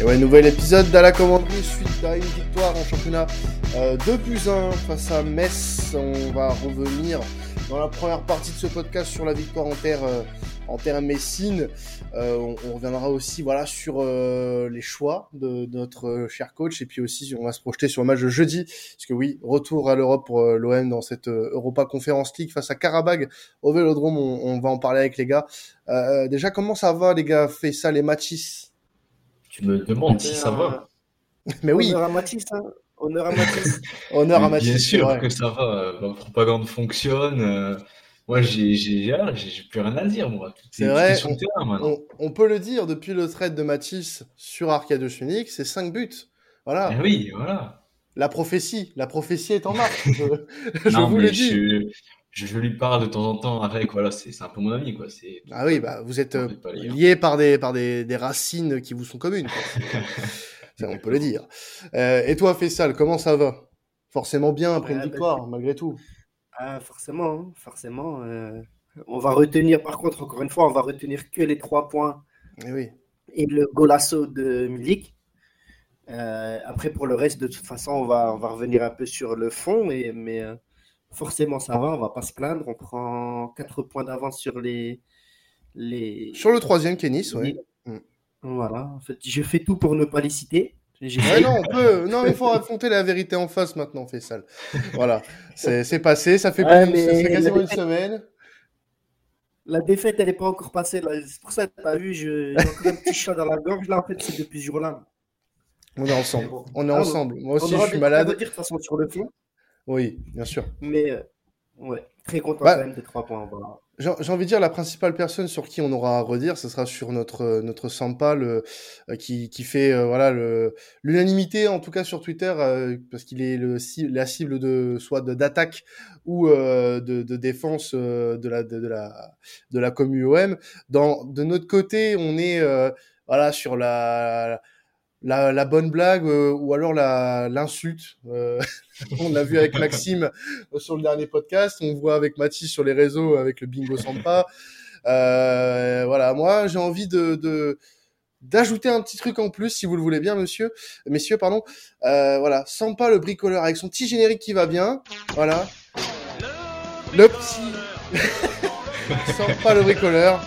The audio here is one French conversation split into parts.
Et ouais, nouvel épisode d'À la commanderie suite à une victoire en championnat 2-1 face à Metz. On va revenir dans la première partie de ce podcast sur la victoire en terre messine. On reviendra aussi sur les choix de notre cher coach, et puis aussi on va se projeter sur le match de jeudi, parce que oui, retour à l'Europe pour l'OM dans cette Europa Conference League face à Karabag au Vélodrome. On va en parler avec les gars. Déjà, comment ça va les gars, Faisal et Mathis? Tu me demandes si ça va. Mais oui, Honneur à Mathis, hein. Honneur à Mathis. honneur à Mais bien Mathis, c'est sûr vrai. que ça va. La propagande fonctionne. Moi, j'ai plus rien à dire, moi. C'est Tout est vrai, sur le terrain maintenant. on peut le dire, depuis le trade de Mathis sur Arcadius Phoenix, c'est 5 buts. Eh Voilà, oui, voilà. la prophétie est en marche, je Non, vous le mais dis. je lui parle de temps en temps avec. Voilà, c'est un peu mon ami, quoi. Ah oui, bah vous êtes T'en fais pas, les gars. liés par des racines qui vous sont communes, quoi. Ça, on peut le Exactement. dire. Et toi, Faisal, comment ça va? Forcément bien après une Bah, écoute, victoire, malgré tout. forcément, hein, forcément. On va retenir, par contre, encore une fois, on va retenir que les 3 points Eh oui. et le golasso de Milik. Après, pour le reste, de toute façon, on va revenir un peu sur le fond, mais forcément, ça va, on va pas se plaindre. On prend 4 points d'avance sur Sur le les, troisième, Nice, ouais. les- Voilà, en fait, je fais tout pour ne pas les citer. Ouais, J'essaye. non, non, il faut affronter la vérité en face maintenant, Faisal. Voilà, c'est passé, ça fait Ouais, ça fait mais quasiment une semaine. la défaite, elle n'est pas encore passée. Là. C'est pour ça que tu as vu, j'ai encore un petit chat dans la gorge. Là, en fait, c'est depuis ce jour-là. On est Mais ensemble. bon. On est Ah, ensemble. Moi on aussi, je aura suis des trucs à malade. redire de toute façon sur le fond. Oui, bien sûr. Mais ouais, très content quand Bah, même des 3 points. Voilà. j'ai envie de dire, la principale personne sur qui on aura à redire, ce sera sur notre Sampa, qui fait l'unanimité, en tout cas sur Twitter, parce qu'il est la cible soit d'attaque ou de défense de la commu OM. De notre côté, on est sur la bonne blague, ou alors l'insulte. On l'a vu avec Maxime sur le dernier podcast, on voit avec Mathis sur les réseaux avec le Bingo Sampa. Moi j'ai envie d'ajouter un petit truc en plus, si vous le voulez bien, messieurs, pardon. Sampa le bricoleur avec son petit générique qui va bien. Voilà, le petit Sampa le bricoleur.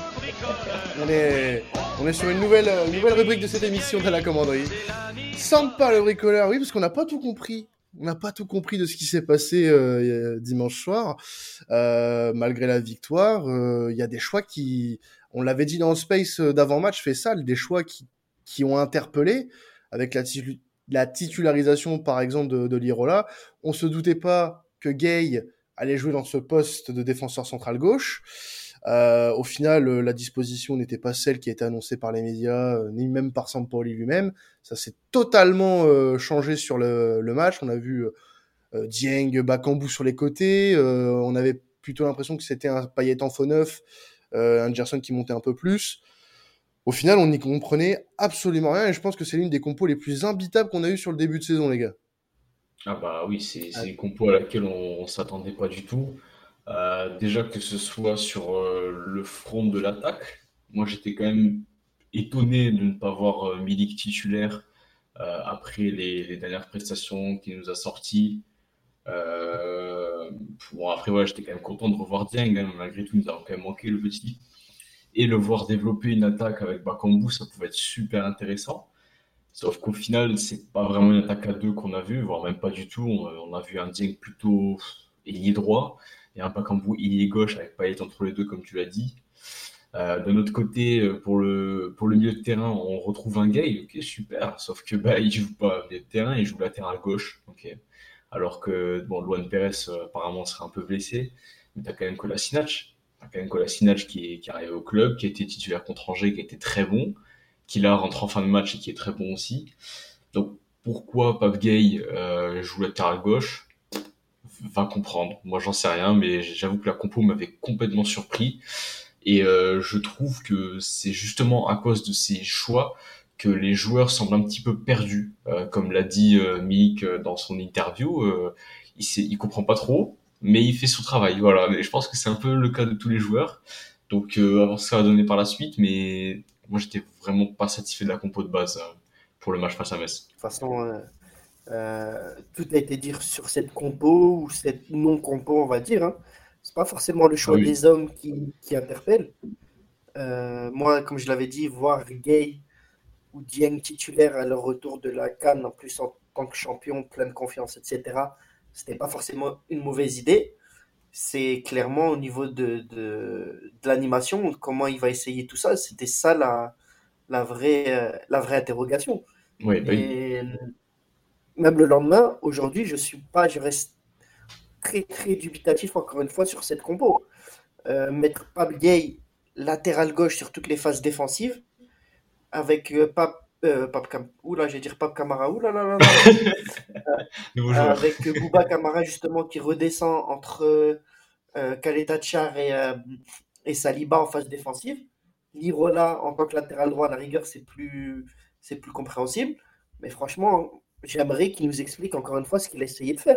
On est sur une nouvelle rubrique de cette émission de la commanderie. Sampa le bricoleur, oui, parce qu'on n'a pas tout compris. On n'a pas tout compris de ce qui s'est passé dimanche soir. Malgré la victoire, il y a des choix on l'avait dit dans le space d'avant-match, fait ça, des choix qui ont interpellé, avec la titularisation, par exemple, de Lirola. On se doutait pas que Gay allait jouer dans ce poste de défenseur central gauche. Au final, la disposition n'était pas celle qui a été annoncée par les médias, ni même par Sampaoli lui-même. Ça s'est totalement changé sur le match. On a vu Dieng, Bakambu sur les côtés. On avait plutôt l'impression que c'était un Payet en faux neuf, un Gerson qui montait un peu plus. Au final, on n'y comprenait absolument rien, et je pense que c'est l'une des compos les plus imbitables qu'on a eues sur le début de saison, les gars. Ah bah oui, c'est une compo à laquelle on s'attendait pas du tout. Déjà que ce soit sur le front de l'attaque, moi j'étais quand même étonné de ne pas voir Milik titulaire après les dernières prestations qu'il nous a sorties. Euh, bon, après, ouais, j'étais quand même content de revoir Dieng, hein, malgré tout, il nous a quand même manqué le petit. Et le voir développer une attaque avec Bakambu, ça pouvait être super intéressant. Sauf qu'au final, c'est pas vraiment une attaque à deux qu'on a vue, voire même pas du tout. On a vu un Dieng plutôt ailier droit et un Bakambu ailier gauche avec Payet entre les deux, comme tu l'as dit. D'un autre côté, pour le milieu de terrain, on retrouve un Gay, ok, super. Sauf que bah, il joue pas milieu de terrain, il joue latéral gauche. Ok. Alors que bon, Luan Pérez apparemment serait un peu blessé, mais t'as quand même Kolasinac. T'as quand même Kolasinac qui est arrivé au club, qui a été titulaire contre Angers, qui a été très bon, qui là rentre en fin de match et qui est très bon aussi. Donc pourquoi Pape Gay joue latéral gauche? Va comprendre. Moi j'en sais rien, mais j'avoue que la compo m'avait complètement surpris. Et je trouve que c'est justement à cause de ces choix que les joueurs semblent un petit peu perdus. Comme l'a dit Mick dans son interview, il comprend pas trop, mais il fait son travail. Voilà. Mais je pense que c'est un peu le cas de tous les joueurs. Donc, avant ça va donner par la suite, mais moi, j'étais vraiment pas satisfait de la compo de base. pour le match face à Metz. De toute façon, tout a été dit sur cette compo ou cette non-compo, on va dire. Hein. C'est pas forcément le choix des hommes qui interpelle. Moi, comme je l'avais dit, voir Gay ou Dieng titulaire à leur retour de la CAN, en plus en tant que champion, plein de confiance, etc., c'était pas forcément une mauvaise idée. C'est clairement au niveau de l'animation, comment il va essayer tout ça. C'était ça la vraie interrogation. Oui, bah oui. Et même le lendemain, aujourd'hui, je reste très très dubitatif encore une fois sur cette compo. Mettre Pape Gay latéral gauche sur toutes les phases défensives avec Pape Camara, avec Bouba Camara justement qui redescend entre Kaleta Tchar et Saliba en phase défensive. Lirola en tant que latéral droit à la rigueur c'est plus compréhensible, mais franchement j'aimerais qu'il nous explique encore une fois ce qu'il a essayé de faire.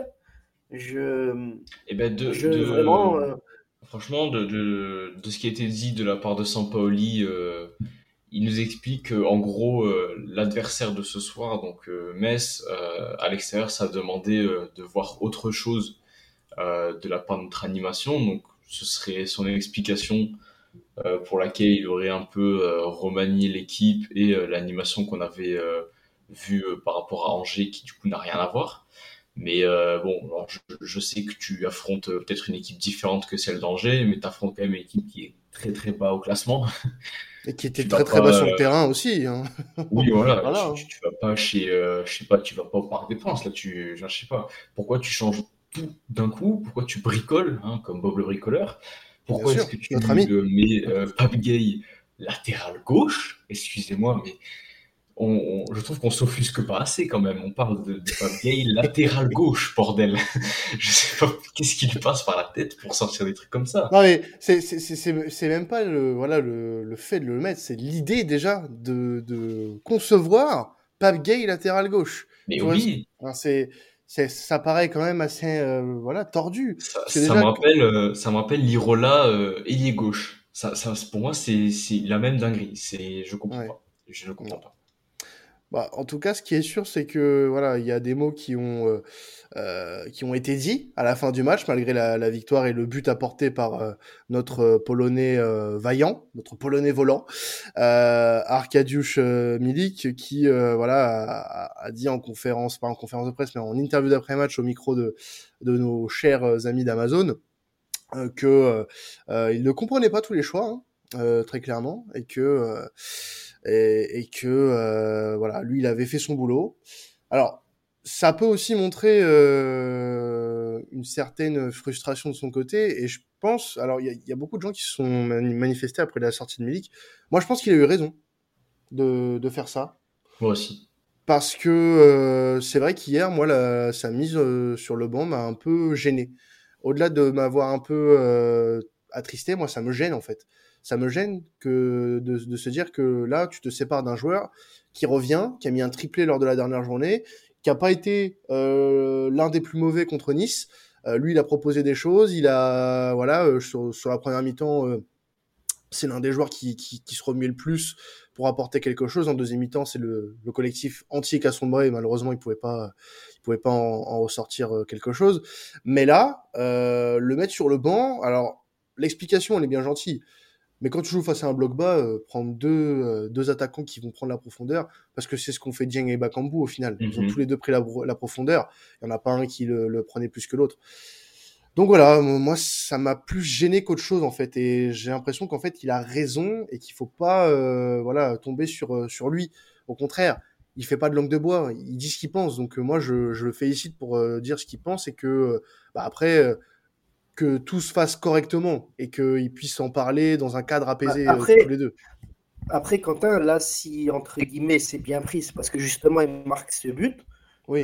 Vraiment franchement de ce qui a été dit de la part de Sampaoli, il nous explique en gros l'adversaire de ce soir, donc Metz, à l'extérieur, ça a demandé de voir autre chose de la part de notre animation. Donc ce serait son explication pour laquelle il aurait un peu remanié l'équipe et l'animation qu'on avait vue par rapport à Angers, qui du coup n'a rien à voir. Mais bon, alors je sais que tu affrontes peut-être une équipe différente que celle d'Angers, mais tu affrontes quand même une équipe qui est très très bas au classement. Et qui était très très bas sur le terrain aussi. Hein. Oui, voilà. Tu vas pas chez, je sais pas, tu vas pas au Parc des Princes là. Je sais pas. Pourquoi tu changes tout d'un coup? Pourquoi tu bricoles, hein, comme Bob le bricoleur? Pourquoi est-ce que tu mets Pape Gay latéral gauche? Excusez-moi, mais je trouve qu'on s'offusque pas assez quand même. On parle de Pape Gay latéral gauche, bordel. Je sais pas qu'est-ce qui lui passe par la tête pour sortir des trucs comme ça. Non mais c'est même pas le fait de le mettre, c'est l'idée déjà de concevoir Pape Gay latéral gauche. Mais oui. Ça paraît quand même assez tordu. Ça me rappelle Lirola ailier gauche. Ça pour moi c'est la même dinguerie. Je comprends pas. Je ne comprends pas. Bah, en tout cas, ce qui est sûr, c'est que il y a des mots qui ont été dits à la fin du match, malgré la victoire et le but apporté par notre Polonais vaillant, notre Polonais volant, Arkadiusz Milik, qui a dit en conférence, pas en conférence de presse, mais en interview d'après-match au micro de nos chers amis d'Amazon, que il ne comprenait pas tous les choix, hein, très clairement, et que lui il avait fait son boulot. Alors ça peut aussi montrer une certaine frustration de son côté, et je pense, alors il y a beaucoup de gens qui se sont manifestés après la sortie de Milik. Moi je pense qu'il a eu raison de faire ça. Moi aussi. Parce que c'est vrai qu'hier, moi, sa mise sur le banc m'a un peu gêné. Au-delà de m'avoir un peu attristé, moi ça me gêne en fait. Ça me gêne de se dire que là, tu te sépares d'un joueur qui revient, qui a mis un triplé lors de la dernière journée, qui n'a pas été l'un des plus mauvais contre Nice. Lui, il a proposé des choses. Il a, sur la première mi-temps, c'est l'un des joueurs qui se remuait le plus pour apporter quelque chose. En deuxième mi-temps, c'est le collectif entier qui a sombré. Et malheureusement, il pouvait pas en ressortir quelque chose. Mais là, le mettre sur le banc, alors l'explication, elle est bien gentille. Mais quand tu joues face à un bloc bas, prendre deux attaquants qui vont prendre la profondeur, parce que c'est ce qu'on fait Dieng et Bakambu au final. Ils ont tous les deux pris la profondeur. Il n'y en a pas un qui le prenait plus que l'autre. Donc voilà, moi ça m'a plus gêné qu'autre chose en fait, et j'ai l'impression qu'en fait il a raison et qu'il faut pas tomber sur lui. Au contraire, il fait pas de langue de bois, il dit ce qu'il pense. Donc moi je le félicite pour dire ce qu'il pense, et que après que tout se fasse correctement et qu'ils puissent en parler dans un cadre apaisé tous les deux. Après, Quentin, là, si, entre guillemets, c'est bien pris, c'est parce que justement, il marque ce but. Oui.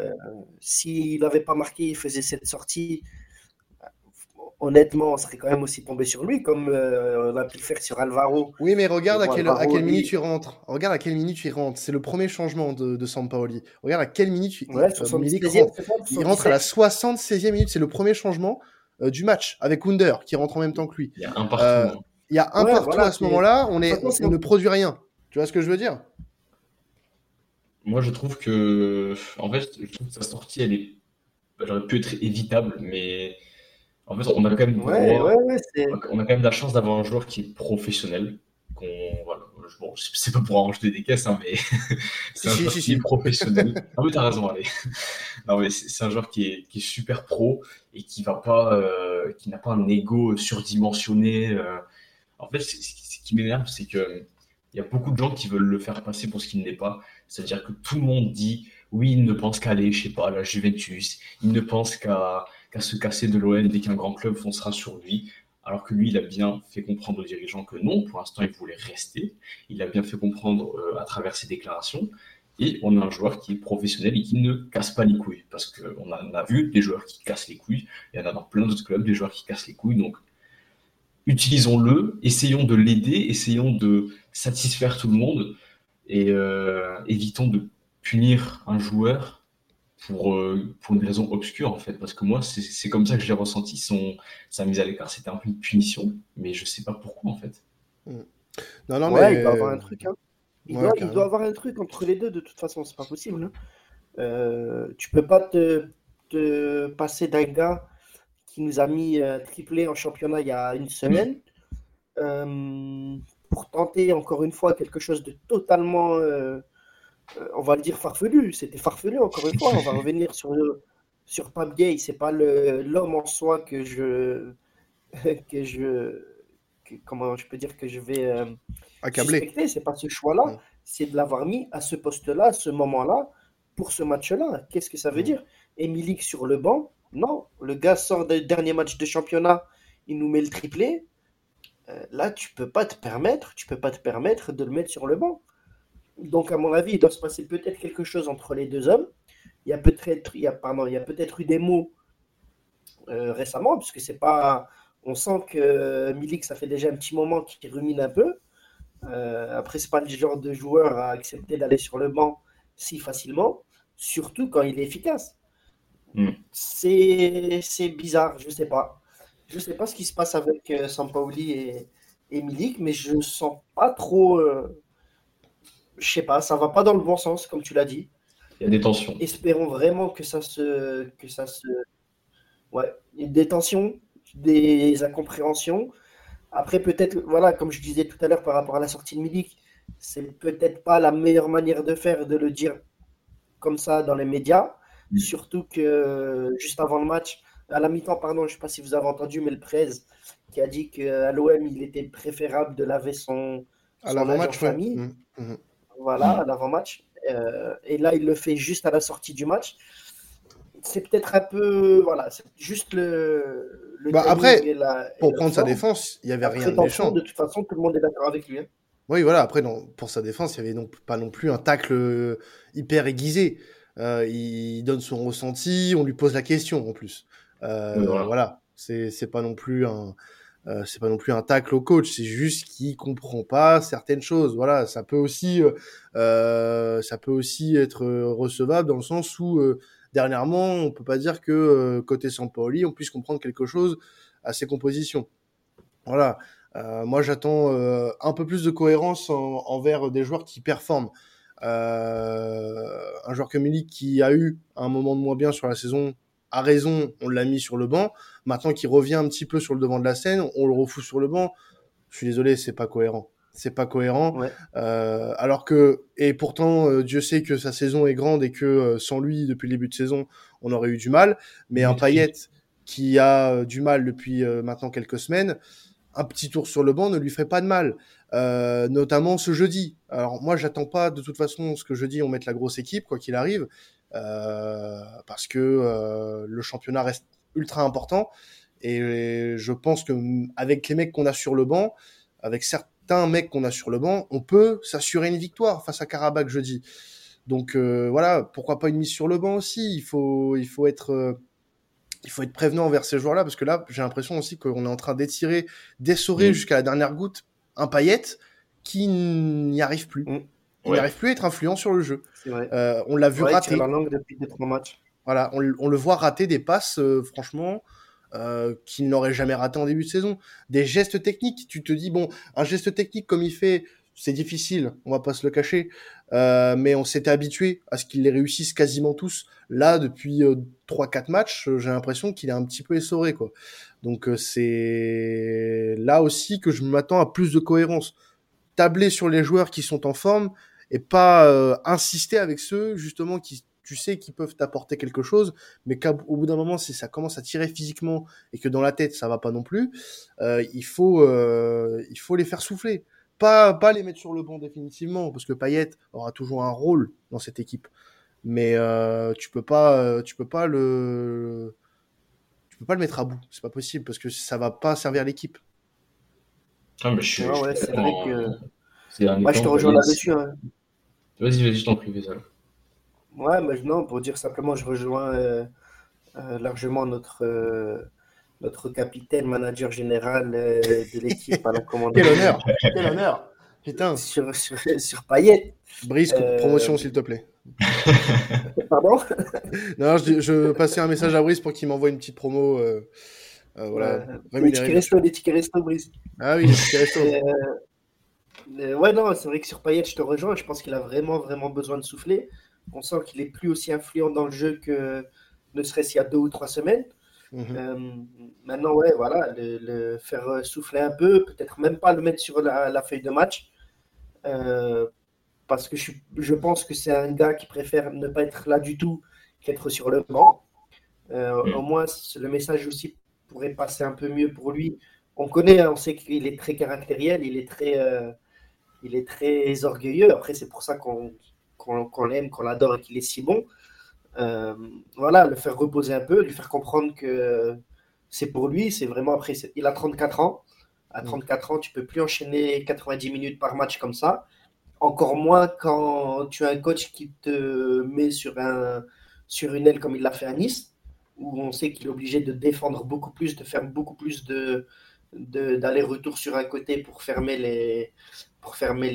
S'il n'avait pas marqué, il faisait cette sortie, honnêtement, on serait quand même aussi tombé sur lui, comme on a pu le faire sur Alvaro. Oui, mais regarde à quelle minute il rentre. Regarde à quelle minute il rentre. C'est le premier changement de Sampaoli. Regarde à quelle minute il rentre. Il rentre à la 76e minute. C'est le premier changement du match, avec Under qui rentre en même temps que lui. Il y a un partout. Il y a un partout à ce moment-là. On ne produit rien. Tu vois ce que je veux dire? Moi, je trouve que, en fait, je trouve que sa sortie, elle aurait pu être évitable, mais en fait, on a quand même Ouais, ouais, droit, ouais, on a quand même la chance d'avoir un joueur qui est professionnel. Voilà, bon, c'est pas pour en rajouter des caisses, hein, mais c'est Si, un si, joueur si, qui est si. professionnel. Ah oui, t'as raison, allez. Non, mais c'est un joueur qui est super pro et qui n'a pas un ego surdimensionné. En fait, ce qui m'énerve, c'est que il y a beaucoup de gens qui veulent le faire passer pour ce qu'il n'est pas. C'est-à-dire que tout le monde dit, oui, il ne pense qu'à aller, je sais pas, à la Juventus. Il ne pense qu'à se casser de l'OM dès qu'un grand club foncera sur lui. Alors que lui, il a bien fait comprendre aux dirigeants que non, pour l'instant, il voulait rester. Il a bien fait comprendre à travers ses déclarations. Et on a un joueur qui est professionnel et qui ne casse pas les couilles. Parce qu'on a vu des joueurs qui cassent les couilles. Il y en a dans plein d'autres clubs, des joueurs qui cassent les couilles. Donc, utilisons-le, essayons de l'aider, essayons de satisfaire tout le monde et évitons de punir un joueur pour une raison obscure en fait. Parce que moi, c'est comme ça que j'ai ressenti sa mise à l'écart. C'était un peu une punition, mais je sais pas pourquoi en fait. Mm. Non, non, ouais, il doit mais avoir un truc, hein. ouais, Il doit carrément. avoir un truc entre les deux, de toute façon, c'est pas possible, hein. Tu peux pas te passer d'un gars qui nous a mis triplé en championnat il y a une semaine euh, pour tenter encore une fois quelque chose de totalement, on va le dire, farfelu. C'était farfelu encore une fois. On va revenir sur Pape Gay. C'est pas l'homme en soi que je comment je peux dire que je vais Accablé. suspecter. C'est pas ce choix-là. Mm. C'est de l'avoir mis à ce poste-là, à ce moment-là, pour ce match-là. Qu'est-ce que ça veut Mm. dire? Milik sur le banc? Non. Le gars sort du dernier match de championnat. Il nous met le triplé. Là, tu peux pas te permettre de le mettre sur le banc. Donc, à mon avis, il doit se passer peut-être quelque chose entre les deux hommes. Il y a peut-être eu des mots récemment, puisque c'est pas. On sent que Milik, ça fait déjà un petit moment qu'il rumine un peu. Après, c'est pas le genre de joueur à accepter d'aller sur le banc si facilement, surtout quand il est efficace. Mm. C'est bizarre, je sais pas. Je sais pas ce qui se passe avec Sampaoli et Milik, mais je sens pas trop. Je sais pas, ça va pas dans le bon sens, comme tu l'as dit. Il y a des tensions. Espérons vraiment ouais, des tensions, des incompréhensions. Après, peut-être, voilà, comme je disais tout à l'heure par rapport à la sortie de Milik, c'est peut-être pas la meilleure manière de faire de le dire comme ça dans les médias. Mm. Surtout que juste avant le match, à la mi-temps, pardon, je ne sais pas si vous avez entendu, mais le prez qui a dit qu'à l'OM, il était préférable de laver À son linge en l'avant-match, ouais. famille. Mm. Mm. Voilà, à Mm. l'avant-match. Et là, il le fait juste à la sortie du match. C'est peut-être un peu, voilà, c'est juste le Bah timing après, et pour la prendre sa forme. défense, il y avait rien Après, de tension, de méchant. toute façon, tout le monde est d'accord avec lui, hein. Oui, voilà. Après, pour sa défense, il y avait pas non plus un tacle hyper aiguisé. Il donne son ressenti, on lui pose la question en plus. Oui, voilà. Voilà. C'est pas non plus un tacle au coach. C'est juste qu'il comprend pas certaines choses. Voilà. Ça peut aussi être recevable dans le sens où dernièrement, on peut pas dire que côté Sampaoli, on puisse comprendre quelque chose à ses compositions. Voilà. Moi, j'attends un peu plus de cohérence envers des joueurs qui performent. Un joueur comme Milik qui a eu un moment de moins bien sur la saison a raison, on l'a mis sur le banc. Maintenant qu'il revient un petit peu sur le devant de la scène, on le refout sur le banc. Je suis désolé, c'est pas cohérent. C'est pas cohérent. Ouais. Alors que, et pourtant, Dieu sait que sa saison est grande et que sans lui, depuis le début de saison, on aurait eu du mal. Mais un Payet qui a du mal depuis maintenant quelques semaines, un petit tour sur le banc ne lui ferait pas de mal, notamment ce jeudi. Alors moi, j'attends pas de toute façon ce que jeudi on mette la grosse équipe quoi qu'il arrive, parce que le championnat reste ultra important et je pense que avec les mecs qu'on a sur le banc, avec certains mecs qu'on a sur le banc, on peut s'assurer une victoire face à Karabakh jeudi. Donc voilà, pourquoi pas une mise sur le banc aussi. Il faut être prévenant envers ces joueurs-là, parce que là, j'ai l'impression aussi qu'on est en train d'étirer, d'essorer Mm. jusqu'à la dernière goutte un Payet qui n'y arrive plus. Mm, Il Ouais. n'arrive plus à être influent sur le jeu. c'est vrai. On l'a vu Ouais, il tire la rater. langue depuis 2-3 matchs. Voilà, on le voit rater des passes, franchement, qu'il n'aurait jamais raté en début de saison. Des gestes techniques, tu te dis, bon, un geste technique comme il fait, c'est difficile, on va pas se le cacher. mais on s'était habitué à ce qu'il les réussisse quasiment tous. Là, depuis 3-4 matchs, j'ai l'impression qu'il est un petit peu essoré, quoi. Donc c'est là aussi que je m'attends à plus de cohérence. Tabler sur les joueurs qui sont en forme et pas insister avec ceux justement qui tu sais qu'ils peuvent t'apporter quelque chose, mais qu'au bout d'un moment, si ça commence à tirer physiquement et que dans la tête ça va pas non plus, il faut les faire souffler. Pas les mettre sur le banc définitivement, parce que Payet aura toujours un rôle dans cette équipe. Mais tu peux pas le mettre à bout. C'est pas possible parce que ça va pas servir l'équipe. Ah, mais je Ouais, suis c'est vrai d'accord, que. ces derniers Moi, je te temps, rejoins Payet, là-dessus, hein. vas-y, je t'en prie, fais ça. Ouais, mais non, pour dire simplement, je rejoins largement notre capitaine, manager général de l'équipe à la Quel commanderie honneur! Quel honneur! Putain! sur Payet. Brice, Euh, promotion s'il te plaît. Pardon? Non, je passais un message à Brice pour qu'il m'envoie une petite promo. Voilà, Ouais, rémunéré, bien sûr. les tickets resto, Brice. Ah oui, c'est resto. Et, ouais, non, c'est vrai que sur Payet, je te rejoins. Je pense qu'il a vraiment, vraiment besoin de souffler. On sent qu'il est plus aussi influent dans le jeu que ne serait-ce il y a 2 ou 3 semaines. Mhm. Euh, Maintenant, ouais, voilà, le faire souffler un peu, peut-être même pas le mettre sur la feuille de match, euh, parce que je pense que c'est un gars qui préfère ne pas être là du tout qu'être sur le banc. Au moins, le message aussi pourrait passer un peu mieux pour lui. On connaît, hein, on sait qu'il est très caractériel, il est très orgueilleux. Après, c'est pour ça qu'on l'aime, qu'on l'adore et qu'il est si bon. Voilà, le faire reposer un peu, lui faire comprendre que c'est pour lui, c'est vraiment après. Il a 34 ans. À 34 ans, tu peux plus enchaîner 90 minutes par match comme ça. Encore moins quand tu as un coach qui te met sur une aile comme il l'a fait à Nice, où on sait qu'il est obligé de défendre beaucoup plus, de faire beaucoup plus d'aller-retour sur un côté pour fermer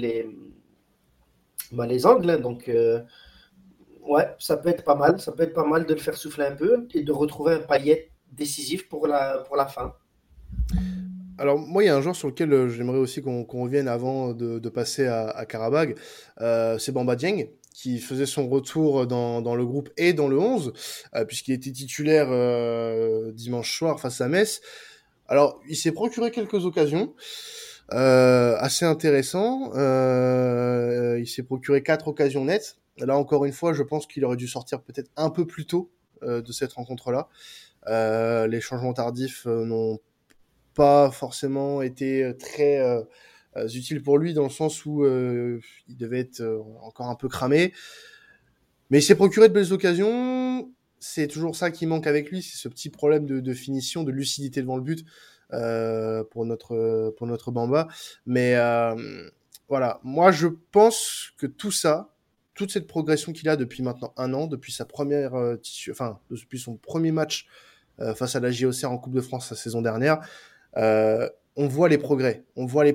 les angles. Donc, ouais, ça peut être pas mal. Ça peut être pas mal de le faire souffler un peu et de retrouver un Payet décisif pour la fin. Alors moi, il y a un joueur sur lequel j'aimerais aussi qu'on revienne avant de passer à Karabag. C'est Bamba Dieng, qui faisait son retour dans le groupe et dans le 11, puisqu'il était titulaire dimanche soir face à Metz. Alors, il s'est procuré quelques occasions assez intéressants. Il s'est procuré 4 occasions nettes. Là, encore une fois, je pense qu'il aurait dû sortir peut-être un peu plus tôt de cette rencontre-là. Les changements tardifs n'ont pas forcément été très utiles pour lui, dans le sens où il devait être encore un peu cramé. Mais il s'est procuré de belles occasions. C'est toujours ça qui manque avec lui, c'est ce petit problème de finition, de lucidité devant le but pour notre Bamba. Mais voilà, moi je pense que tout ça, toute cette progression qu'il a depuis maintenant 1 an, depuis sa première depuis son premier match face à la JOCR en Coupe de France la saison dernière, on voit les progrès.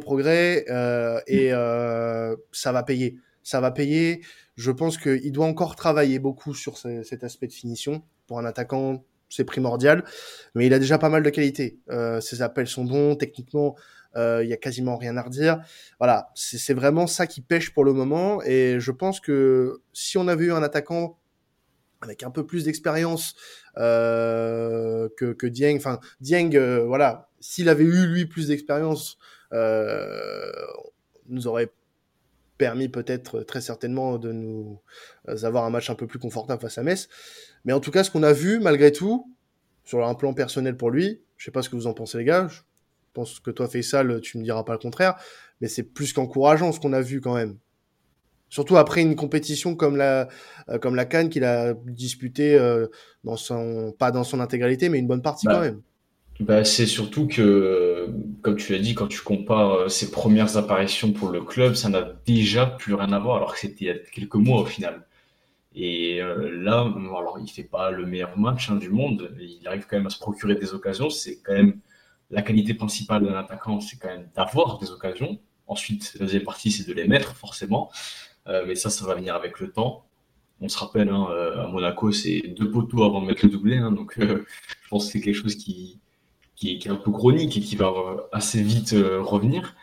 Et ça va payer. Ça va payer. Je pense qu'il doit encore travailler beaucoup sur cet aspect de finition. Pour un attaquant, c'est primordial. Mais il a déjà pas mal de qualités. Ses appels sont bons. Techniquement, il y a quasiment rien à redire. Voilà, c'est vraiment ça qui pêche pour le moment. Et je pense que si on avait eu un attaquant avec un peu plus d'expérience que Dieng. Enfin, Dieng, voilà, s'il avait eu lui plus d'expérience, nous aurait permis peut-être très certainement de nous avoir un match un peu plus confortable face à Metz. Mais en tout cas, ce qu'on a vu, malgré tout, sur un plan personnel pour lui, je sais pas ce que vous en pensez les gars, je pense que toi Faisal, tu me diras pas le contraire, mais c'est plus qu'encourageant ce qu'on a vu quand même. Surtout après une compétition comme la CAN qu'il a disputée pas dans son intégralité, mais une bonne partie quand Bah, même. c'est surtout que, comme tu l'as dit, quand tu compares ses premières apparitions pour le club, ça n'a déjà plus rien à voir, alors que c'était il y a quelques mois au final. Et là, alors il fait pas le meilleur match du monde, il arrive quand même à se procurer des occasions. C'est quand même la qualité principale d'un attaquant, c'est quand même d'avoir des occasions. Ensuite, la deuxième partie, c'est de les mettre forcément. Mais ça va venir avec le temps. On se rappelle, à Monaco, c'est 2 poteaux avant de mettre le doublé. Donc, je pense que c'est quelque chose qui est un peu chronique et qui va assez vite revenir.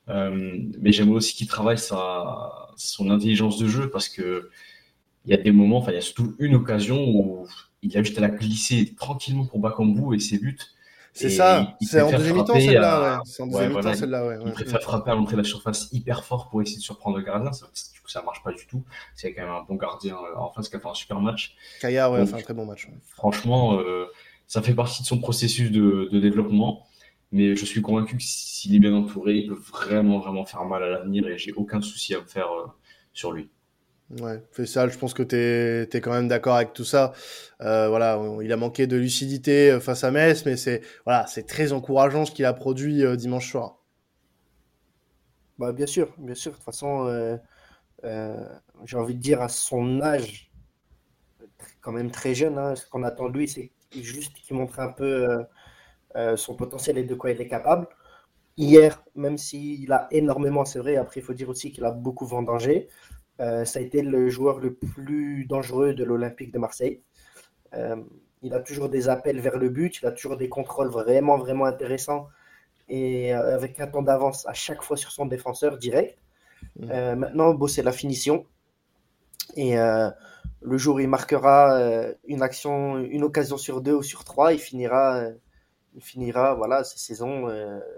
Mais j'aimerais aussi qu'il travaille son intelligence de jeu parce que il y a des moments, enfin, il y a surtout une occasion où il a juste à la glisser tranquillement pour Bakambu et ses buts. C'est Et ça, il c'est en préfère deuxième mi-temps frapper celle-là, à, ouais. C'est en ouais, deuxième mi-temps voilà, celle-là, ouais. il préfère frapper à l'entrée de la surface hyper fort pour essayer de surprendre le gardien. Du coup, ça marche pas du tout. C'est quand même un bon gardien en face qui a fait un super match. Kaya, ouais, a Donc, fait un très bon match. Ouais. franchement, ça fait partie de son processus de développement. Mais je suis convaincu que s'il est bien entouré, il peut vraiment, vraiment faire mal à l'avenir et j'ai aucun souci à me faire sur lui. Ouais, Faisal, je pense que t'es quand même d'accord avec tout ça. Voilà, il a manqué de lucidité face à Metz, mais c'est très encourageant ce qu'il a produit dimanche soir. Bah, bien sûr, bien sûr. De toute façon, j'ai envie de dire à son âge, quand même très jeune, hein, ce qu'on attend de lui, c'est juste qu'il montre un peu son potentiel et de quoi il est capable. Hier, même s'il a énormément, c'est vrai, après il faut dire aussi qu'il a beaucoup vendangé, ça a été le joueur le plus dangereux de l'Olympique de Marseille. Euh, il a toujours des appels vers le but, il a toujours des contrôles vraiment, vraiment intéressants et avec un temps d'avance à chaque fois sur son défenseur direct. Maintenant, bon, c'est la finition. Et le jour où il marquera une occasion sur deux ou sur trois, il finira voilà, sa saison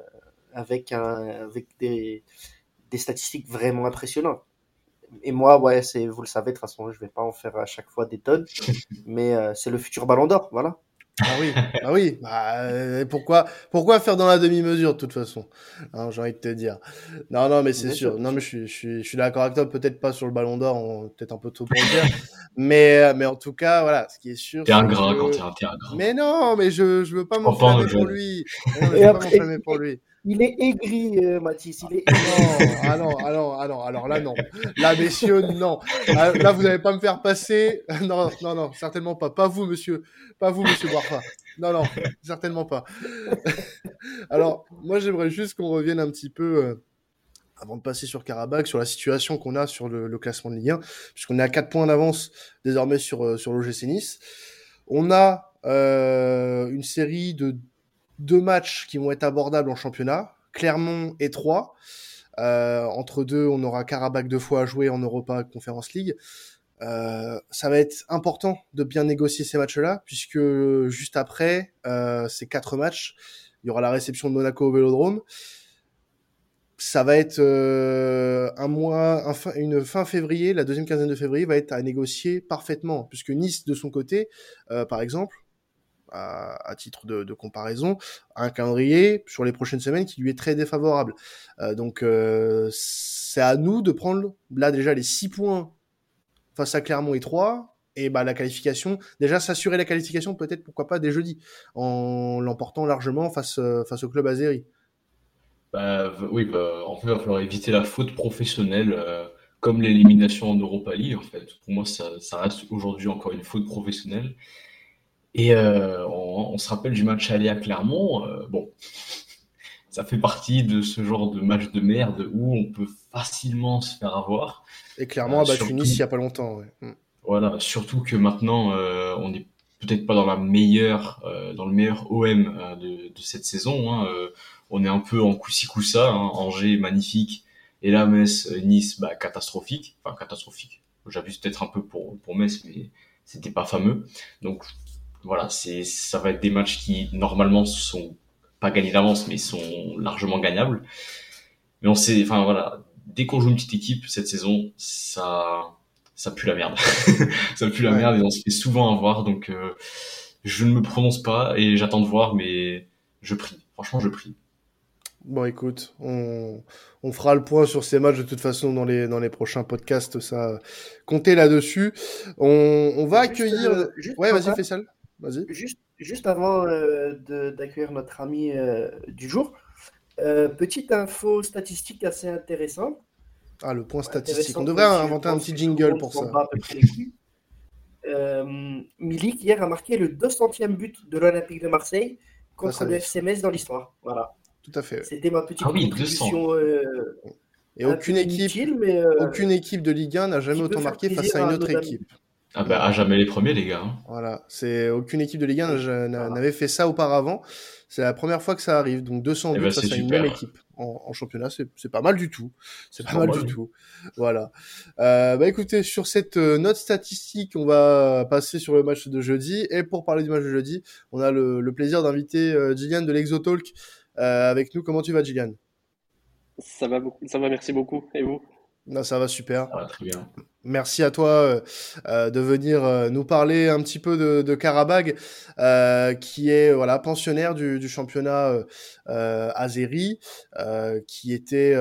avec des statistiques vraiment impressionnantes. Et moi, ouais, vous le savez, de toute façon, je vais pas en faire à chaque fois des tonnes, mais c'est le futur Ballon d'Or, voilà. Ah oui, bah oui. Pourquoi faire dans la demi-mesure de toute façon, hein, j'ai envie de te dire. Non, mais c'est Bien sûr. sûr, bien Non, mais sûr. je suis d'accord avec toi. Peut-être pas sur le Ballon d'Or, peut-être un peu tôt pour le dire. Mais en tout cas, voilà, ce qui est sûr, T'es c'est ingrat, que. Quentin, t'es ingrat. Mais non, mais je veux pas Je crois pas en m'enflammer notre pour jeune. lui. Mais non, mais je Et veux pas après, m'enflammer pour lui. il est aigri, Mathis, il est aigri. Non, non. Alors là, non. Là, messieurs, non. Ah, là, vous n'allez pas me faire passer. Non, certainement pas. Pas vous, monsieur. Pas vous, monsieur Boirfa. Non, certainement pas. Alors, moi, j'aimerais juste qu'on revienne un petit peu, avant de passer sur Karabakh, sur la situation qu'on a sur le classement de Ligue 1, puisqu'on est à 4 points d'avance désormais sur l'OGC Nice. On a une série de 2 matchs qui vont être abordables en championnat, Clermont et Troyes. Entre deux, on aura Karabakh 2 fois à jouer en Europa Conference League. Ça va être important de bien négocier ces matchs-là, puisque juste après ces 4 matchs, il y aura la réception de Monaco au Vélodrome. Ça va être une fin février, la deuxième quinzaine de février va être à négocier parfaitement, puisque Nice, de son côté, par exemple, à titre de comparaison, a un calendrier sur les prochaines semaines qui lui est très défavorable. Donc c'est à nous de prendre là déjà les 6 points face à Clermont et Troyes, et bah la qualification, déjà s'assurer la qualification peut-être pourquoi pas dès jeudi, en l'emportant largement face au club azéri. Oui, en fait, il va falloir éviter la faute professionnelle, comme l'élimination en Europa League, en fait. Pour moi, ça reste aujourd'hui encore une faute professionnelle. Et on se rappelle du match aller à Clermont. Bon, ça fait partie de ce genre de match de merde où on peut facilement se faire avoir. Et Clermont a battu Nice il y Surtout, a pas longtemps. Ouais. voilà, surtout que maintenant, on n'est peut-être pas dans dans le meilleur OM de cette saison, hein. On est un peu en coussi coussa, hein. Angers magnifique et là Metz, Nice, bah, catastrophique. Enfin catastrophique. J'abuse peut-être un peu pour Metz, mais c'était pas fameux. Donc voilà, ça va être des matchs qui normalement sont pas gagnés d'avance, mais sont largement gagnables. Mais on sait, enfin voilà, dès qu'on joue une petite équipe cette saison, ça pue la merde. Ça pue la Ouais. merde et on se fait souvent avoir. Donc je ne me prononce pas et j'attends de voir, mais je prie. Franchement, je prie. Bon, écoute, on fera le point sur ces matchs de toute façon dans les prochains podcasts. Ça, comptez là-dessus. On va accueillir. Juste, Ouais, vas-y, Quentin, fais ça. Vas-y. juste avant d'accueillir notre ami du jour, petite info statistique assez intéressante. Ah, le point statistique. On Intéressante, devrait même si je inventer un pense petit que tout le jingle monde pour s'en ça. bat à peu près les couilles. Milik, hier, a marqué le 200e but de l'Olympique de Marseille Face contre à le Nice. FC Metz dans l'histoire. Voilà. Tout à fait. Ouais. C'était ma Ah petite oui, 200. contribution Et un peu inutile, mais aucune équipe de Ligue 1 n'a jamais qui peut autant faire marqué face plaisir à une à autre nos amis. équipe. Ah bah à jamais les premiers les gars, hein. Voilà, aucune équipe de Ligue 1 Voilà. n'avait fait ça auparavant. C'est la première fois que ça arrive, donc 200 Eh buts ben c'est face à une même super. équipe en championnat, c'est pas mal du tout. C'est pas mal normal, du oui. tout. Voilà. Écoutez, sur cette note statistique, on va passer sur le match de jeudi. Et pour parler du match de jeudi, on a le plaisir d'inviter Gillian de l'Exotalk avec nous. Comment tu vas, Gillian? Ça va, merci beaucoup. Et vous? Non, ça va super. Ça va très bien. Merci à toi de venir nous parler un petit peu de Karabag, qui est voilà pensionnaire du championnat azéri, qui était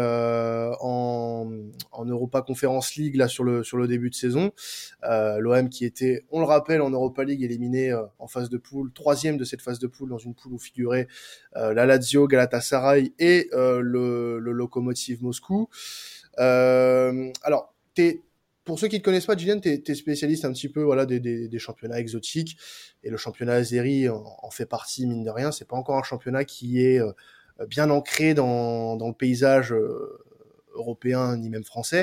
en Europa Conference League là sur le début de saison. L'OM qui était, on le rappelle, en Europa League éliminé en phase de poule, troisième de cette phase de poule, dans une poule où figuraient la Lazio, Galatasaray et le Lokomotiv Moscou. Alors, pour ceux qui ne te connaissent pas, Gillian, t'es spécialiste un petit peu voilà des championnats exotiques, et le championnat azéri en fait partie, mine de rien. C'est pas encore un championnat qui est bien ancré dans le paysage européen ni même français.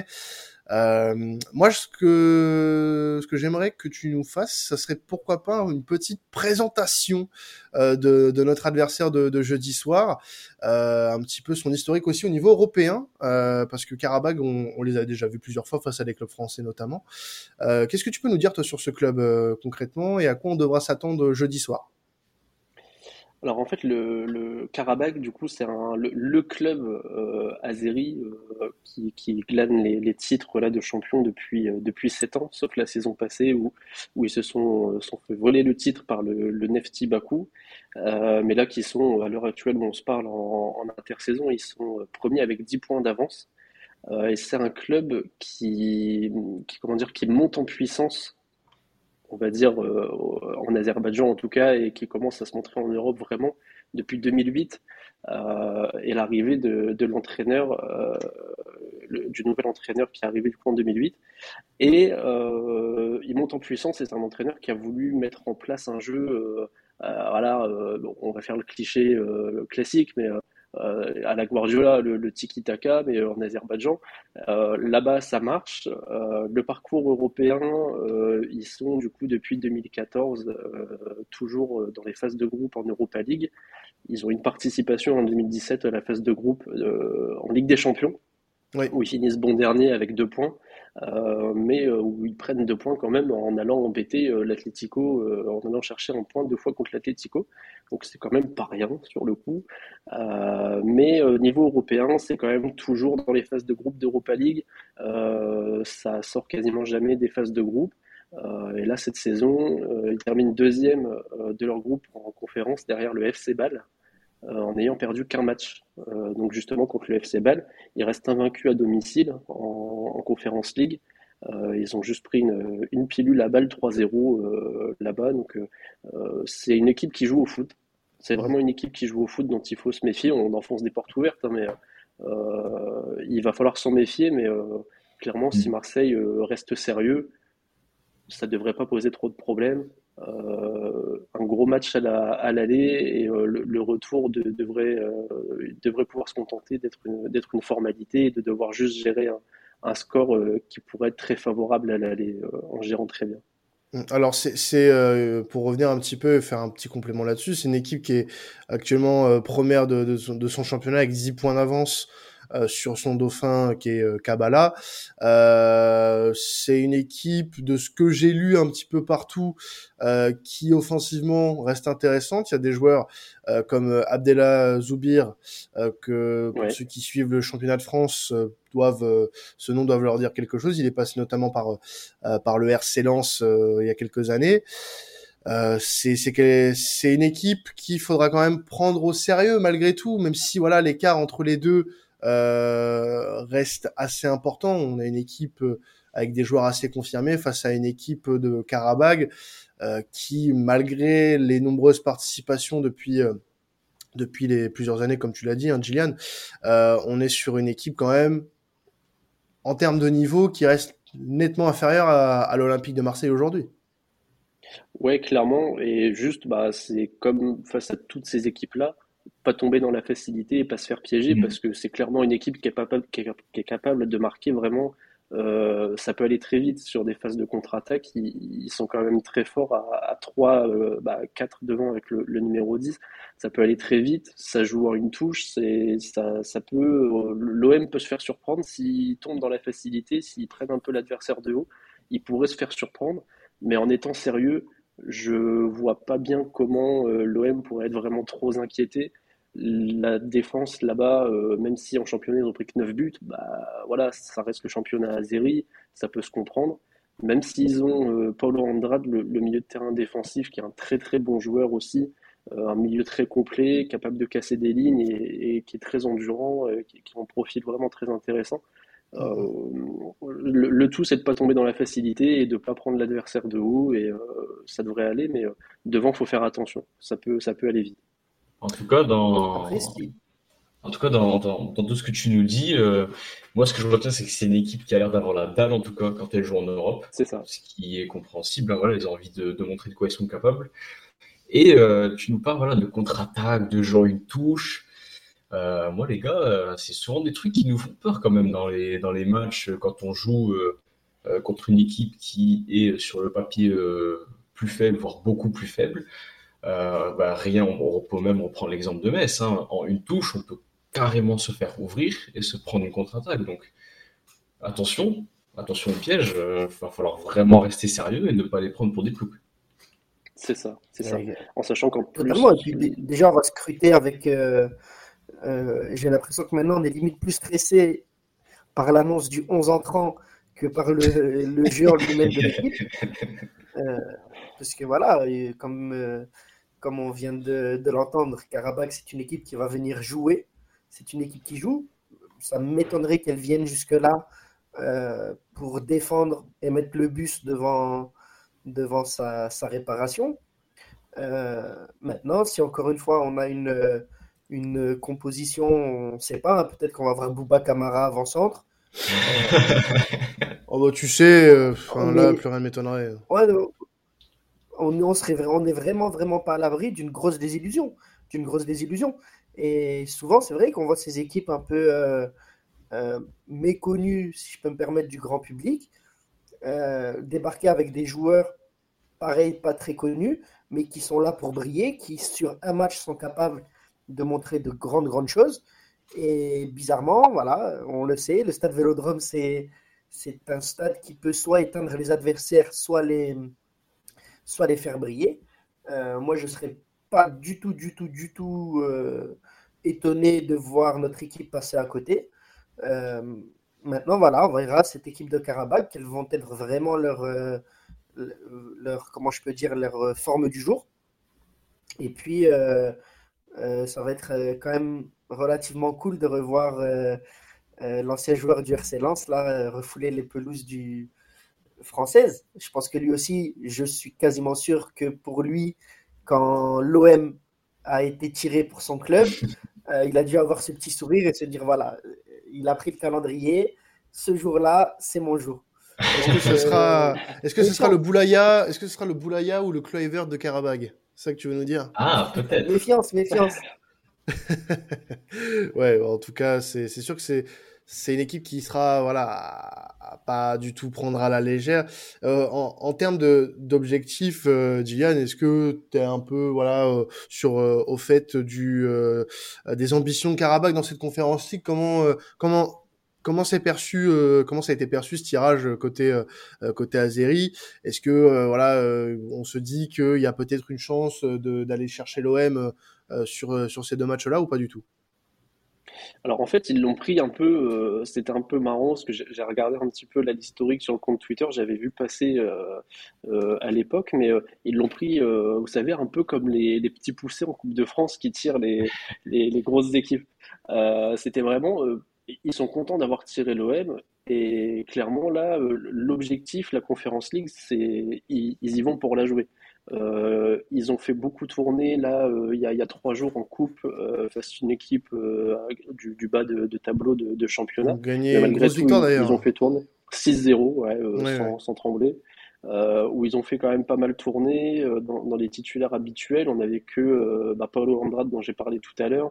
Moi, ce que j'aimerais que tu nous fasses, ça serait pourquoi pas une petite présentation de notre adversaire de jeudi soir, un petit peu son historique aussi au niveau européen, parce que Karabag, on les a déjà vus plusieurs fois face à des clubs français notamment. Qu'est-ce que tu peux nous dire toi sur ce club concrètement, et à quoi on devra s'attendre jeudi soir? Alors en fait, le Karabakh, du coup, c'est le club azéri qui glane les titres là de champion depuis 7 ans, sauf la saison passée où ils se sont fait voler le titre par le Nefti Bakou. Mais là, qui sont à l'heure actuelle où on se parle en intersaison, ils sont premiers avec 10 points d'avance. Et c'est un club comment dire, qui monte en puissance, on va dire, en Azerbaïdjan en tout cas, et qui commence à se montrer en Europe vraiment depuis 2008, et l'arrivée de l'entraîneur, du nouvel entraîneur qui est arrivé du coup en 2008. Et il monte en puissance, et c'est un entraîneur qui a voulu mettre en place un jeu, voilà, bon, on va faire le cliché classique, mais à la Guardiola, le tiki-taka, mais en Azerbaïdjan. Là-bas, ça marche. Le parcours européen, ils sont du coup depuis 2014 toujours dans les phases de groupe en Europa League. Ils ont une participation en 2017 à la phase de groupe en Ligue des Champions, Oui. où ils finissent bon dernier avec 2 points, mais où ils prennent 2 points quand même en allant embêter l'Atlético, en allant chercher un point 2 fois contre l'Atlético. Donc c'est quand même pas rien sur le coup. Mais niveau européen, c'est quand même toujours dans les phases de groupe d'Europa League. Ça sort quasiment jamais des phases de groupe. Et là, cette saison, ils terminent deuxième de leur groupe en conférence derrière le FC Bâle, en n'ayant perdu qu'un match. Donc justement contre le FC Bâle, ils restent invaincus à domicile en Conference League. Ils ont juste pris une pilule à Bâle 3-0 là-bas. Donc c'est une équipe qui joue au foot. C'est vraiment une équipe qui joue au foot dont il faut se méfier. On enfonce des portes ouvertes, hein, mais il va falloir s'en méfier. Mais clairement, si Marseille reste sérieux, ça ne devrait pas poser trop de problèmes. Un gros match à l'aller, et le retour devrait pouvoir se contenter d'être une formalité, et de devoir juste gérer un score qui pourrait être très favorable à l'aller, en gérant très bien. Alors pour revenir un petit peu et faire un petit complément là-dessus, c'est une équipe qui est actuellement première de son championnat avec 10 points d'avance sur son dauphin qui est Kabbalah. C'est une équipe, de ce que j'ai lu un petit peu partout, qui offensivement reste intéressante. Il y a des joueurs comme Abdellah Zoubir, que pour Ouais. ceux qui suivent le championnat de France ce nom doit leur dire quelque chose. Il est passé notamment par le RC Lens il y a quelques années. C'est une équipe qu'il faudra quand même prendre au sérieux malgré tout, même si voilà l'écart entre les deux reste assez important. On a une équipe avec des joueurs assez confirmés face à une équipe de Karabag qui, malgré les nombreuses participations depuis les plusieurs années, comme tu l'as dit, hein, Gillian, on est sur une équipe quand même, en termes de niveau, qui reste nettement inférieure à l'Olympique de Marseille aujourd'hui. Ouais, clairement. Et juste, bah, c'est comme face à toutes ces équipes-là, pas tomber dans la facilité et pas se faire piéger, parce que c'est clairement une équipe qui est capable de marquer vraiment Ça peut aller très vite sur des phases de contre-attaque. Ils sont quand même très forts à 3, 4 devant avec le numéro 10. Ça peut aller très vite, ça joue en une touche. Ça peut, l'OM peut se faire surprendre s'ils tombent dans la facilité, s'ils prennent un peu l'adversaire de haut. Ils pourraient se faire surprendre, mais en étant sérieux, je vois pas bien comment l'OM pourrait être vraiment trop inquiété. La défense là-bas, même si en championnat ils ont pris que 9 buts, bah voilà, ça reste le championnat azéri, ça peut se comprendre. Même s'ils ont Paulo Andrade, le milieu de terrain défensif, qui est un très très bon joueur aussi, un milieu très complet, capable de casser des lignes et qui est très endurant, qui a un profil vraiment très intéressant. Euh, le tout, c'est de ne pas tomber dans la facilité et de ne pas prendre l'adversaire de haut, et ça devrait aller, mais devant, il faut faire attention, ça peut aller vite. En tout cas, Après, si. dans tout ce que tu nous dis, moi, ce que je retiens, c'est que c'est une équipe qui a l'air d'avoir la dalle, en tout cas, quand elle joue en Europe, C'est ça. ce qui est compréhensible. Hein, voilà, ils ont envie de montrer de quoi ils sont capables. Et tu nous parles voilà, de contre-attaque, de jouer une touche. Moi, les gars, c'est souvent des trucs qui nous font peur quand même dans les matchs quand on joue contre une équipe qui est sur le papier plus faible, voire beaucoup plus faible. Rien, on peut même reprendre l'exemple de Metz. Hein. En une touche, on peut carrément se faire ouvrir et se prendre une contre-attaque. Donc attention, attention au piège. Va falloir vraiment rester sérieux et ne pas les prendre pour des ploucs. C'est ça, c'est ça. Ouais, En sachant qu'en totalement. plus, Et puis déjà, on va scruter avec. J'ai l'impression que maintenant, on est limite plus stressé par l'annonce du 11 entrant que par le jeu en lui-même de l'équipe. Euh, Parce que voilà, et comme on vient de l'entendre, Karabakh, c'est une équipe qui va venir jouer. C'est une équipe qui joue. Ça m'étonnerait qu'elle vienne jusque-là pour défendre et mettre le bus devant sa réparation. Maintenant, si encore une fois on a une composition, on ne sait pas, hein, peut-être qu'on va avoir Bouba Kamara avant-centre. Oh bah tu sais, là, Mais plus rien ne m'étonnerait. ouais, on est vraiment, vraiment pas à l'abri d'une grosse désillusion. D'une grosse désillusion. Et souvent, c'est vrai qu'on voit ces équipes un peu méconnues, si je peux me permettre, du grand public, débarquer avec des joueurs, pareil, pas très connus, mais qui sont là pour briller, qui sur un match sont capables de montrer de grandes, grandes choses. Et bizarrement, voilà, on le sait, le stade Vélodrome, c'est un stade qui peut soit éteindre les adversaires, soit les faire briller. Moi, je ne serais pas du tout étonné de voir notre équipe passer à côté. Euh, Maintenant, voilà, on verra cette équipe de Karabakh, quelles vont être vraiment comment je peux dire, leur forme du jour. Et puis, ça va être quand même relativement cool de revoir l'ancien joueur du RC Lens là, refouler les pelouses françaises. Je pense que lui aussi, je suis quasiment sûr que pour lui, quand l'OM a été tiré pour son club, il a dû avoir ce petit sourire et se dire voilà, il a pris le calendrier, ce jour-là, c'est mon jour. Est-ce que Donc, ce sera, est-ce que ce sera le méfiance, Boulaya ou le Kluivert de Karabag? C'est ça que tu veux nous dire? Ah, peut-être. méfiance, méfiance. Ouais, en tout cas, c'est sûr que c'est une équipe qui sera voilà à pas du tout prendre à la légère. En termes d'objectifs, Gillian, est-ce que tu es un peu voilà sur au fait des ambitions de Karabakh dans cette conférence League? Comment c'est perçu, comment ça a été perçu ce tirage côté Azeri? Est-ce que voilà, on se dit qu'il y a peut-être une chance d'aller chercher l'OM sur ces deux matchs-là ou pas du tout? alors en fait, ils l'ont pris un peu, c'était un peu marrant parce que j'ai regardé un petit peu l'historique sur le compte Twitter, j'avais vu passer à l'époque, mais ils l'ont pris, vous savez, un peu comme les petits poussés en Coupe de France qui tirent les grosses équipes. C'était vraiment, ils sont contents d'avoir tiré l'OM. Et clairement, là, l'objectif, la Conference League, ils y vont pour la jouer. Ils ont fait beaucoup tourner là il y a 3 jours en coupe face à une équipe du bas de tableau de Ils championnat. ont Mais gagné une malgré grosse tout, victoire ils ont d'ailleurs. fait tourner 6-0, ouais, Ouais, ouais. sans trembler. Où ils ont fait quand même pas mal tourner dans les titulaires habituels. On n'avait que Paulo Andrade dont j'ai parlé tout à l'heure.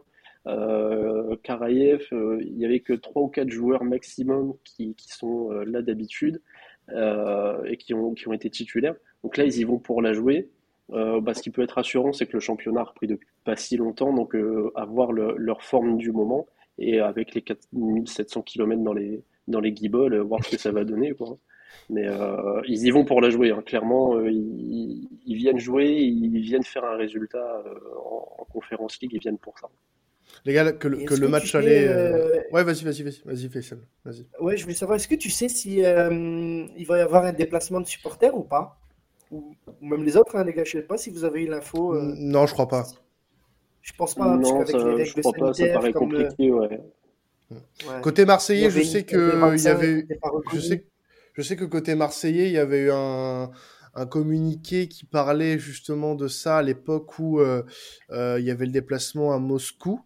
Karaïev, il y avait que 3 ou 4 joueurs maximum qui sont là d'habitude et qui ont été titulaires. Donc là, ils y vont pour la jouer. Ce qui peut être rassurant, c'est que le championnat a repris depuis pas si longtemps, donc à voir leur forme du moment et avec les 4700 km dans les guibolles, voir ce que ça va donner, quoi. Mais ils y vont pour la jouer, hein. Clairement, ils viennent jouer, ils viennent faire un résultat en Conference League, ils viennent pour ça. Les gars, que le match allait. Ouais, vas-y, Faisal. Vas-y. Ouais, je voulais savoir, est-ce que tu sais si il va y avoir un déplacement de supporters ou pas? Ou même les autres, hein, les gars, je sais pas si vous avez eu l'info. Non, je crois pas. Je pense pas, hein, parce Non, qu'avec les ça, je règles crois pas, ça sanitaires, paraît comme compliqué, ouais. ouais, Côté il y marseillais, je avait sais une que il y vaccin qui avait. n'était pas reconnu. Je sais que côté marseillais, il y avait eu un communiqué qui parlait justement de ça à l'époque où il y avait le déplacement à Moscou.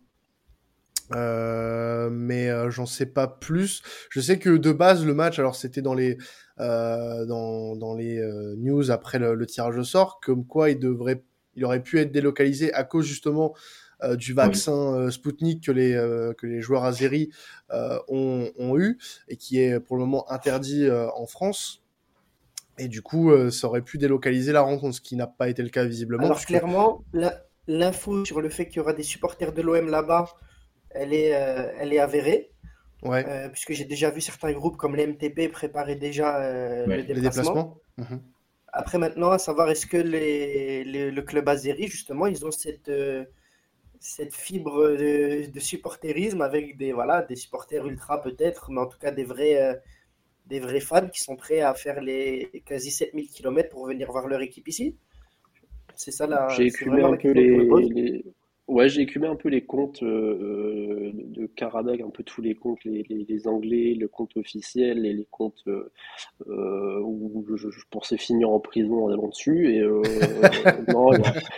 Mais j'en sais pas plus. Je sais que de base le match, alors c'était dans les dans les news après le tirage au sort, comme quoi il aurait pu être délocalisé à cause justement du vaccin Sputnik que les joueurs azéris ont eu et qui est pour le moment interdit en France. Et du coup, ça aurait pu délocaliser la rencontre, ce qui n'a pas été le cas visiblement. Alors clairement, l'info sur le fait qu'il y aura des supporters de l'OM là-bas, elle est avérée, Ouais, puisque j'ai déjà vu certains groupes comme l'MTP préparer déjà Ouais. le les déplacement. déplacements. Après maintenant, à savoir est-ce que le club azéri, justement, ils ont cette fibre de supporterisme avec des supporters ultra peut-être, mais en tout cas des vrais fans qui sont prêts à faire les quasi 7000 km pour venir voir leur équipe ici. J'ai C'est écumé vraiment un la peu question que je me pose. Ouais, j'ai écumé un peu les comptes de Karabakh, un peu tous les comptes, les Anglais, le compte officiel et les comptes où je pensais finir en prison en allant dessus. Et non,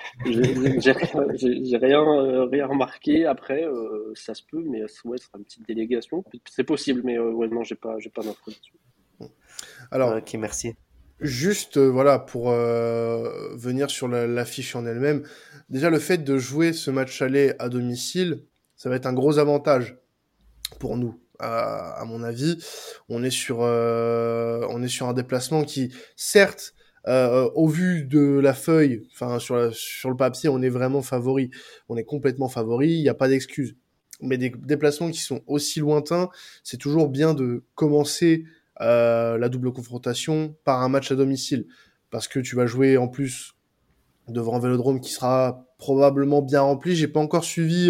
j'ai rien remarqué. Après, ça se peut, mais ouais, ce sera une petite délégation. C'est possible, mais ouais, non, j'ai pas d'infos là-dessus. Alors, Ok, merci. juste, voilà, pour venir sur l'affiche en elle-même, déjà le fait de jouer ce match aller à domicile, ça va être un gros avantage pour nous. À mon avis, on est sur un déplacement qui, certes, au vu de la feuille, enfin sur le papier, on est vraiment favori. On est complètement favori, il n'y a pas d'excuse. Mais des déplacements qui sont aussi lointains, c'est toujours bien de commencer la double confrontation par un match à domicile. Parce que tu vas jouer en plus devant un Vélodrome qui sera probablement bien rempli. J'ai pas encore suivi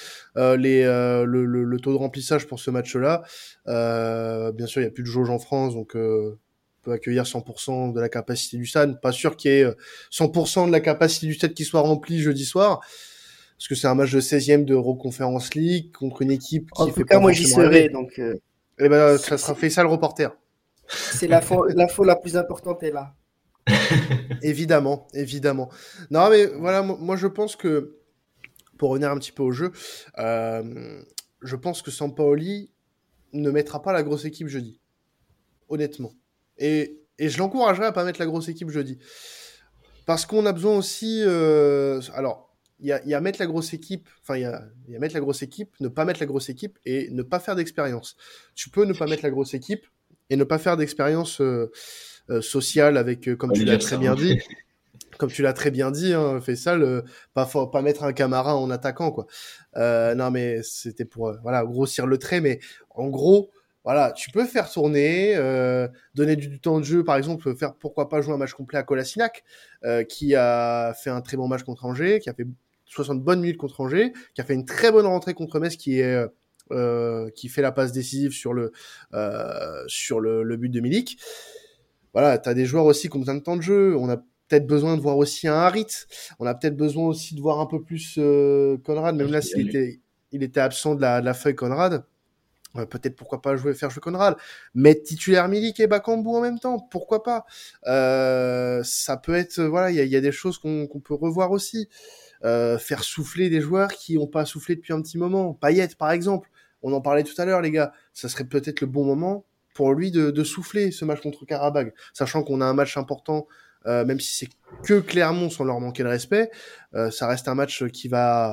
le taux de remplissage pour ce match-là. Bien sûr, il y a plus de jauge en France, donc peut accueillir 100% de la capacité du stade. Pas sûr qu'il y ait 100% de la capacité du stade qui soit rempli jeudi soir, parce que c'est un match de 16e de Conference League contre une équipe En qui tout fait cas, pas moi j'y forcément serai, rêver. donc Et ben, ça c'est sera fait ça le reporter. c'est l'info la plus importante est là. Évidemment, évidemment. Non, mais voilà, moi je pense que, pour revenir un petit peu au jeu, je pense que Sampaoli ne mettra pas la grosse équipe jeudi. Honnêtement. Et je l'encouragerais à pas mettre la grosse équipe jeudi. Parce qu'on a besoin aussi... alors, il y a mettre la grosse équipe, enfin, il y a mettre la grosse équipe, ne pas mettre la grosse équipe et ne pas faire d'expérience. Tu peux ne pas mettre la grosse équipe et ne pas faire d'expérience sociale avec, comme tu l'as très bien dit, comme tu l'as très bien dit, hein, Faisal, pas mettre un Camara en attaquant, quoi. Non, mais c'était pour voilà, grossir le trait, mais en gros, voilà, tu peux faire tourner, donner du temps de jeu, par exemple, faire pourquoi pas jouer un match complet à Kolasinac, qui a fait un très bon match contre Angers, qui a fait 60 bonnes minutes contre Angers, qui a fait une très bonne rentrée contre Metz, qui fait la passe décisive sur le but de Milik. Voilà, t'as des joueurs aussi qui ont besoin de temps de jeu. On a peut-être besoin de voir aussi un Harit. On a peut-être besoin aussi de voir un peu plus Conrad, même là il était absent de la feuille Conrad. Peut-être pourquoi pas faire jouer Conrad. Mettre titulaire Milik et Bakambu en même temps, pourquoi pas. Ça peut être, voilà, il y a des choses qu'on peut revoir aussi. Faire souffler des joueurs qui n'ont pas soufflé depuis un petit moment. Payet, par exemple. On en parlait tout à l'heure, les gars. Ça serait peut-être le bon moment pour lui de souffler ce match contre Karabakh, sachant qu'on a un match important, même si c'est que Clermont sans leur manquer de respect, ça reste un match qui va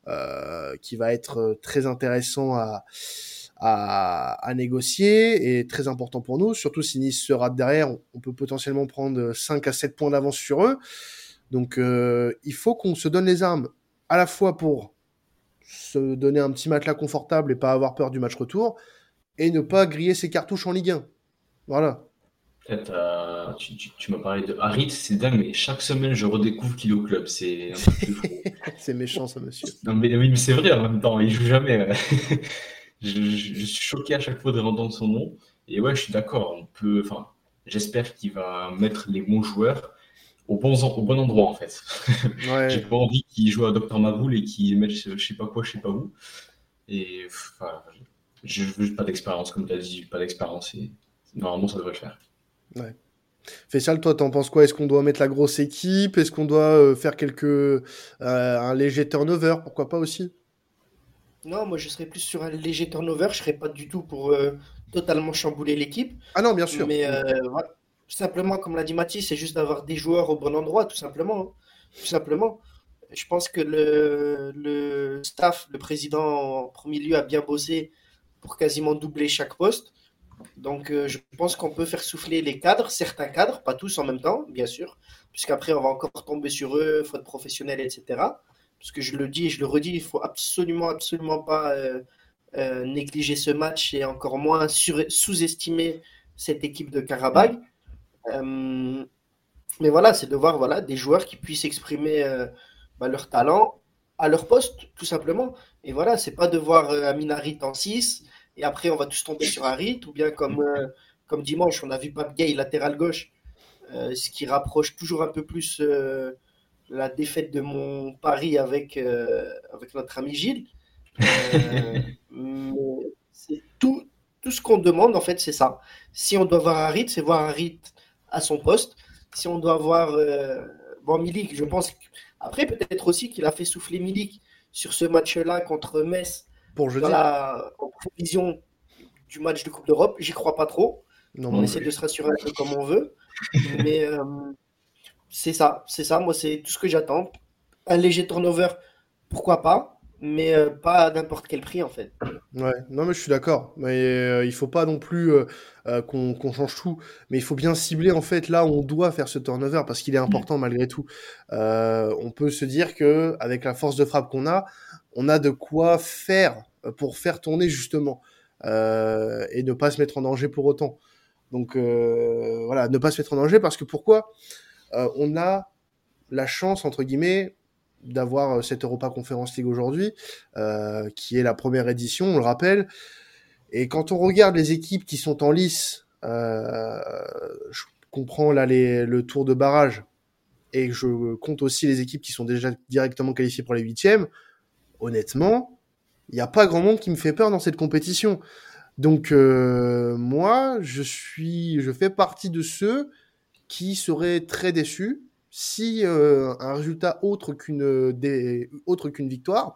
qui va être très intéressant à négocier et très important pour nous, surtout si Nice se rate derrière, on peut potentiellement prendre 5 à 7 points d'avance sur eux. Donc il faut qu'on se donne les armes à la fois pour se donner un petit matelas confortable et pas avoir peur du match retour, et ne pas griller ses cartouches en Ligue 1. Voilà. Tu m'as parlé de Harit, c'est dingue, mais chaque semaine je redécouvre qu'il est au club, c'est un truc de fou. C'est méchant ça, monsieur. Non mais oui, mais c'est vrai en même temps, il joue jamais. Je suis choqué à chaque fois de entendre son nom. Et ouais, je suis d'accord, j'espère qu'il va mettre les bons joueurs au bon endroit en fait. Ouais. J'ai pas envie qu'il joue à Dr Maboul et qu'il mette je sais pas quoi, je sais pas où. Et enfin, je veux pas d'expérience, comme tu as dit, pas d'expérience. Et normalement, ça devrait le faire. Ouais. Faisal, toi, t'en penses quoi? Est-ce qu'on doit mettre la grosse équipe? Est-ce qu'on doit faire un léger turnover? Pourquoi pas aussi? Non, moi je serais plus sur un léger turnover, je serais pas du tout pour totalement chambouler l'équipe. Ah non, bien sûr. Mais voilà. Tout simplement, comme l'a dit Mathis, c'est juste d'avoir des joueurs au bon endroit, tout simplement. Hein. Tout simplement. Je pense que le staff, le président en premier lieu, a bien bossé pour quasiment doubler chaque poste. Donc je pense qu'on peut faire souffler les cadres, certains cadres, pas tous en même temps, bien sûr, puisqu'après on va encore tomber sur eux, faute professionnelle, etc. Parce que je le dis et je le redis, il faut absolument, absolument pas négliger ce match et encore moins sous-estimer cette équipe de Karabakh. Euh, mais voilà, c'est de voir voilà, des joueurs qui puissent exprimer leur talent à leur poste, tout simplement. Et voilà, c'est pas de voir Amin Harit en 6 et après on va tous tomber sur Harit, ou bien comme dimanche, on a vu Pape Gueye, latéral gauche, ce qui rapproche toujours un peu plus la défaite de mon pari avec notre ami Gilles. Mais c'est tout ce qu'on demande, en fait, c'est ça. Si on doit voir Harit, c'est voir Harit à son poste. Si on doit voir Milik, je pense. Après, peut-être aussi qu'il a fait souffler Milik sur ce match-là contre Metz, Pour jeudi. en prévision du match de Coupe d'Europe. J'y crois pas trop. Non, On essaie de se rassurer un peu comme on veut. Mais c'est ça. Moi, c'est tout ce que j'attends. Un léger turnover, pourquoi pas, mais pas à n'importe quel prix, en fait. Ouais, non mais je suis d'accord. Mais il faut pas non plus qu'on change tout. Mais il faut bien cibler en fait là où on doit faire ce turnover parce qu'il est important malgré tout. On peut se dire que avec la force de frappe qu'on a, on a de quoi faire pour faire tourner justement et ne pas se mettre en danger pour autant. Donc voilà, ne pas se mettre en danger parce que pourquoi on a la chance entre guillemets d'avoir cette Europa Conference League aujourd'hui, qui est la première édition, on le rappelle. Et quand on regarde les équipes qui sont en lice, je comprends là le tour de barrage, et je compte aussi les équipes qui sont déjà directement qualifiées pour les huitièmes. Honnêtement, il n'y a pas grand monde qui me fait peur dans cette compétition. Donc moi, je fais partie de ceux qui seraient très déçus si un résultat autre qu'une victoire,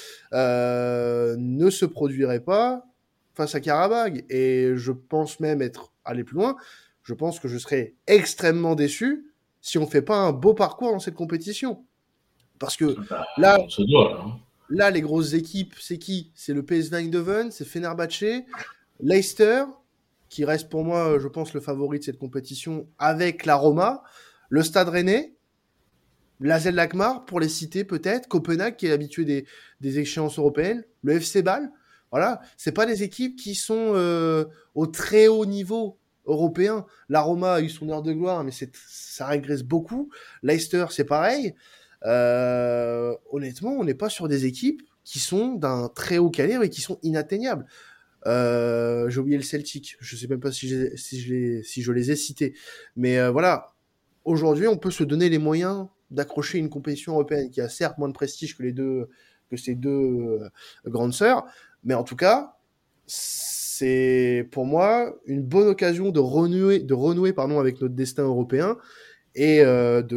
ne se produirait pas face à Karabakh. Et je pense même aller plus loin. Je pense que je serais extrêmement déçu si on fait pas un beau parcours dans cette compétition. Parce que là, on se doit, hein. Là, les grosses équipes, c'est qui? C'est le PSV Eindhoven, c'est Fenerbahçe, Leicester, qui reste pour moi, je pense, le favori de cette compétition, avec la Roma, le Stade Rennais, l'AZ Alkmaar, pour les citer peut-être, Copenhague, qui est habitué des échéances européennes, le FC Bâle. Voilà, c'est pas des équipes qui sont au très haut niveau européen. La Roma a eu son heure de gloire, mais ça régresse beaucoup. Leicester, c'est pareil. Honnêtement, on n'est pas sur des équipes qui sont d'un très haut calibre et qui sont inatteignables. J'ai oublié le Celtic. Je sais même pas si je les ai cités. Mais voilà, aujourd'hui, on peut se donner les moyens d'accrocher une compétition européenne qui a certes moins de prestige que ces deux grandes sœurs, mais en tout cas, c'est pour moi une bonne occasion de renouer avec notre destin européen et de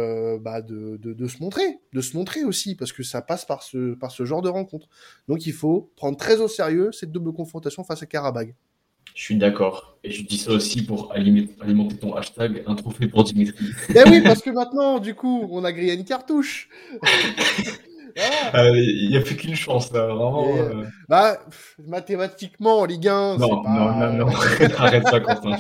se montrer aussi, parce que ça passe par ce genre de rencontre. Donc il faut prendre très au sérieux cette double confrontation face à Karabakh. Je suis d'accord. Et je dis ça aussi pour alimenter ton hashtag un trophée pour Dimitri. Ben oui, parce que maintenant, du coup, on a grillé une cartouche. Il n'y a plus qu'une chance, là, vraiment. Mathématiquement, en Ligue 1, c'est Non, non, non, pas. non. Arrête ça, Quentin.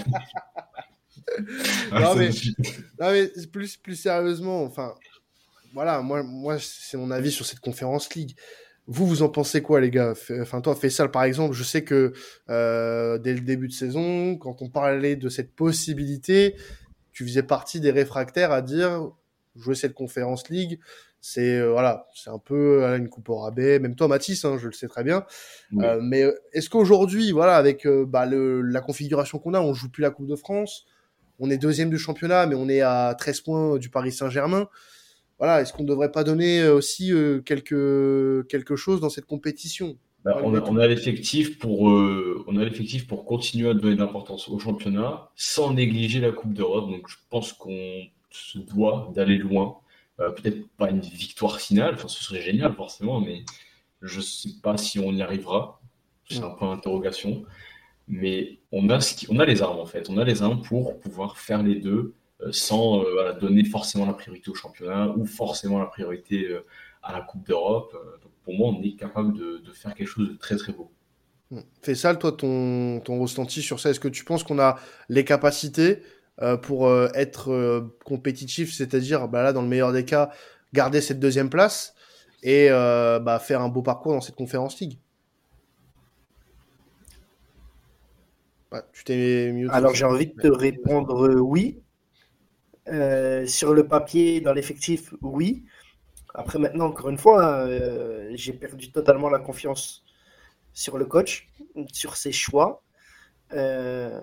Non, Ça mais, suffit. non, mais plus sérieusement, enfin, voilà, moi, c'est mon avis sur cette Conférence League. Vous en pensez quoi, les gars? Enfin, toi, Faisal, par exemple, je sais que dès le début de saison, quand on parlait de cette possibilité, tu faisais partie des réfractaires à dire jouer cette Conférence League, c'est voilà, c'est un peu une coupe au rabais. Même toi, Mathis, hein, je le sais très bien. Oui. Mais est-ce qu'aujourd'hui, voilà, avec la configuration qu'on a, on joue plus la Coupe de France, on est deuxième du championnat, mais on est à 13 points du Paris Saint-Germain. Voilà, est-ce qu'on ne devrait pas donner aussi quelque chose dans cette compétition, malgré tout? On a on a l'effectif pour continuer à donner de l'importance au championnat sans négliger la Coupe d'Europe. Donc, je pense qu'on se doit d'aller loin. Peut-être pas une victoire finale, enfin, ce serait génial forcément, mais je sais pas si on y arrivera. C'est un peu une interrogation. Mais on a les armes en fait. On a les armes pour pouvoir faire les deux sans voilà, donner forcément la priorité au championnat ou forcément la priorité à la Coupe d'Europe. Donc pour moi, on est capable de faire quelque chose de très très beau. Faisal, toi, ton ressenti sur ça, est-ce que tu penses qu'on a les capacités pour être compétitif, c'est-à-dire, là, dans le meilleur des cas, garder cette deuxième place et faire un beau parcours dans cette Conférence League? Tu t'es muté. Alors, j'ai envie de te répondre oui. Sur le papier, dans l'effectif, oui. Après, maintenant, encore une fois, j'ai perdu totalement la confiance sur le coach, sur ses choix. Euh,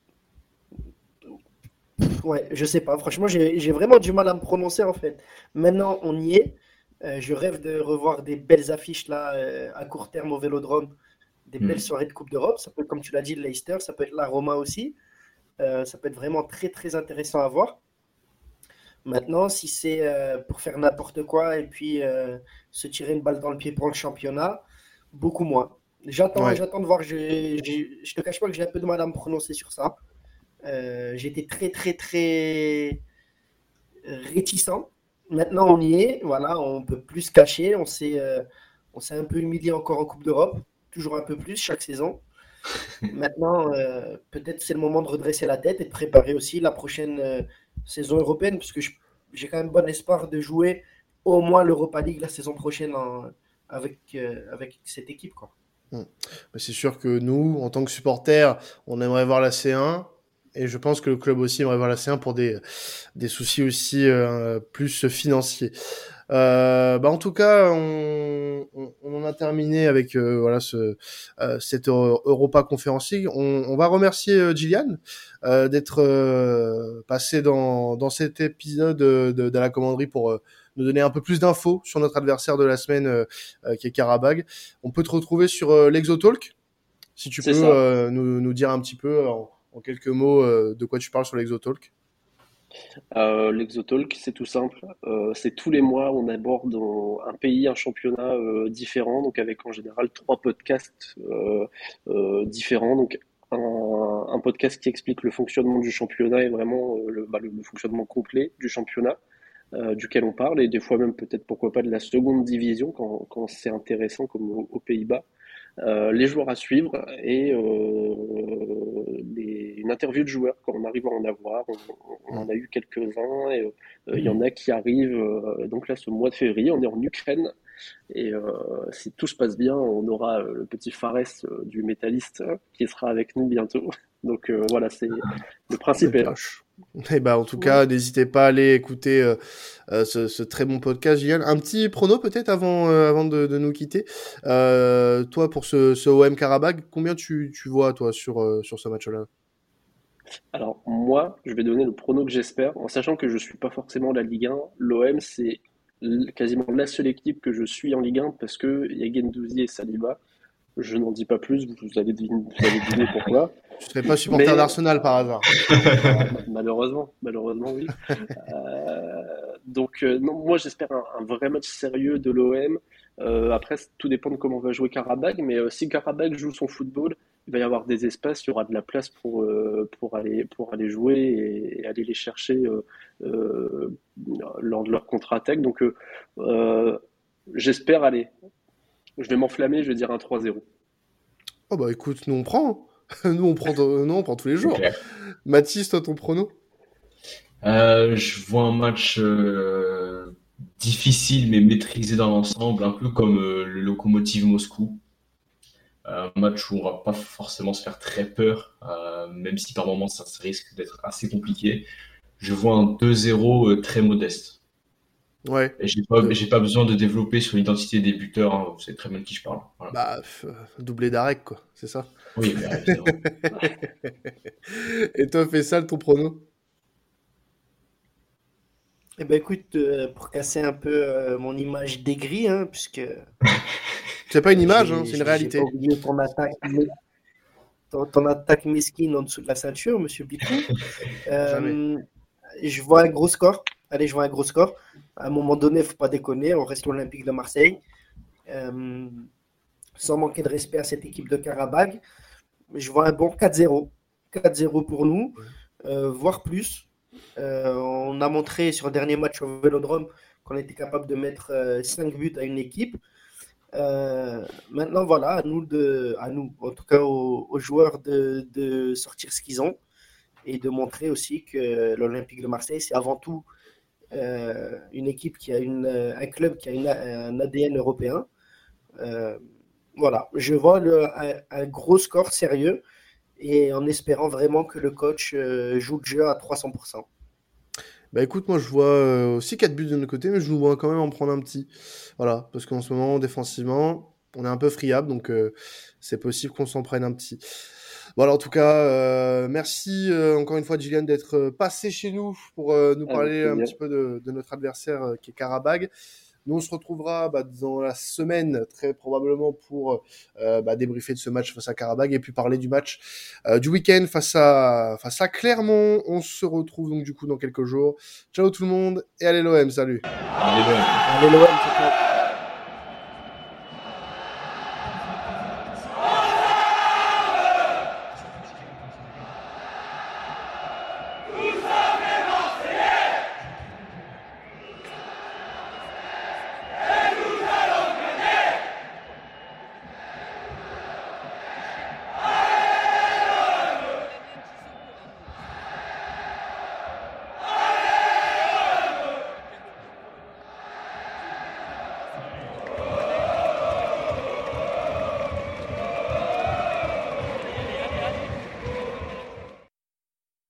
ouais, je sais pas. Franchement, j'ai vraiment du mal à me prononcer en fait. Maintenant, on y est. Je rêve de revoir des belles affiches là à court terme au Vélodrome, des belles Hmm. soirées de Coupe d'Europe. Ça peut être, comme tu l'as dit, le Leicester, ça peut être la Roma aussi. Ça peut être vraiment très très intéressant à voir. Maintenant, si c'est pour faire n'importe quoi et puis se tirer une balle dans le pied pour le championnat, beaucoup moins. Ouais. J'attends de voir. Je te cache pas que j'ai un peu de mal à me prononcer sur ça. J'ai été très très très réticent. Maintenant, on y est. Voilà, on peut plus se cacher. On s'est un peu humilié encore en Coupe d'Europe, toujours un peu plus chaque saison. Maintenant, peut-être c'est le moment de redresser la tête et de préparer aussi la prochaine saison européenne, parce que j'ai quand même bon espoir de jouer au moins l'Europa League la saison prochaine avec cette équipe, quoi. C'est sûr que nous, en tant que supporters, on aimerait voir la C1. Et je pense que le club aussi aimerait voir la C1 pour des soucis aussi plus financiers. En tout cas, on en a terminé avec cette Europa Conference League. On va remercier Gillian d'être passé dans cet épisode de la commanderie pour nous donner un peu plus d'infos sur notre adversaire de la semaine qui est Karabag. On peut te retrouver sur l'Exotalk, si tu C'est peux ça. nous dire un petit peu en quelques mots de quoi tu parles sur l'Exotalk. L'Exotalk, c'est tout simple. C'est tous les mois, on aborde un pays, un championnat différent, donc avec en général 3 podcasts différents. Donc un podcast qui explique le fonctionnement du championnat et vraiment le fonctionnement complet du championnat duquel on parle, et des fois même peut-être pourquoi pas de la seconde division quand c'est intéressant comme aux Pays-Bas. Les joueurs à suivre et une interview de joueurs quand on arrive à en avoir. On en a eu quelques-uns et il y en a qui arrivent. Donc là, ce mois de février, on est en Ukraine et si tout se passe bien, on aura le petit Fares du métalliste qui sera avec nous bientôt. Donc voilà, c'est le principe est là. Et en tout cas, n'hésitez pas à aller écouter ce très bon podcast, Gillian. Un petit prono peut-être avant de nous quitter. Toi, pour ce OM Karabag, combien tu vois, toi, sur ce match-là? Alors moi, je vais donner le prono que j'espère, en sachant que je suis pas forcément la Ligue 1. L'OM, c'est quasiment la seule équipe que je suis en Ligue 1 parce que il y a Guendouzi et Saliba. Je n'en dis pas plus, vous allez deviner pourquoi. Tu serais pas supporter Mais d'Arsenal par hasard? malheureusement, oui. Donc non, moi j'espère un vrai match sérieux de l'OM. Après, tout dépend de comment va jouer Karabag, mais si Karabag joue son football, il va y avoir des espaces, il y aura de la place pour aller jouer et aller les chercher euh, lors de leur contre-attaque. Donc J'espère aller. Je vais m'enflammer, je vais dire un 3-0. Oh bah écoute, nous on prend. Nous on prend tous les jours. Ok. Mathis, toi ton prono? Je vois un match difficile mais maîtrisé dans l'ensemble, un peu comme le Lokomotiv Moscou. Un match où on va pas forcément se faire très peur, même si par moments ça risque d'être assez compliqué. Je vois un 2-0 très modeste. Ouais. Et j'ai pas besoin de développer sur l'identité des buteurs, hein, vous savez très bien de qui je parle. Voilà. Bah, doublé d'Arec, quoi, c'est ça. Oui, bah, évidemment. Et toi, Faisal, ton prono? Eh ben écoute, pour casser un peu mon image d'aigri, hein, puisque C'est pas une image, hein, c'est une j'ai pas réalité. oublié ton attaque mesquine en dessous de la ceinture, monsieur Bitrou. Jamais. Je vois un gros score. Allez, je vois un gros score. À un moment donné, il ne faut pas déconner. On reste l'Olympique de Marseille. Sans manquer de respect à cette équipe de Karabakh. Je vois un bon 4-0. 4-0 pour nous, voire plus. On a montré sur le dernier match au Vélodrome qu'on était capable de mettre 5 buts à une équipe. Maintenant, voilà, à nous, en tout cas aux joueurs de sortir ce qu'ils ont et de montrer aussi que l'Olympique de Marseille, c'est avant tout une équipe qui a un club qui a un ADN européen. Voilà, je vois un gros score sérieux et en espérant vraiment que le coach joue le jeu à 300%. Bah écoute, moi je vois aussi 4 buts de notre côté, mais je nous vois quand même en prendre un petit. Voilà, parce qu'en ce moment, défensivement, on est un peu friable, donc c'est possible qu'on s'en prenne un petit. Voilà, en tout cas, merci encore une fois, Gillian, d'être passé chez nous pour nous Avec parler un plaisir. petit peu de notre adversaire qui est Karabag. Nous, on se retrouvera dans la semaine, très probablement, pour débriefer de ce match face à Karabag et puis parler du match du week-end face à Clermont. On se retrouve donc du coup dans quelques jours. Ciao tout le monde et allez l'OM, salut. Allez, ouais. Allez, l'OM, c'est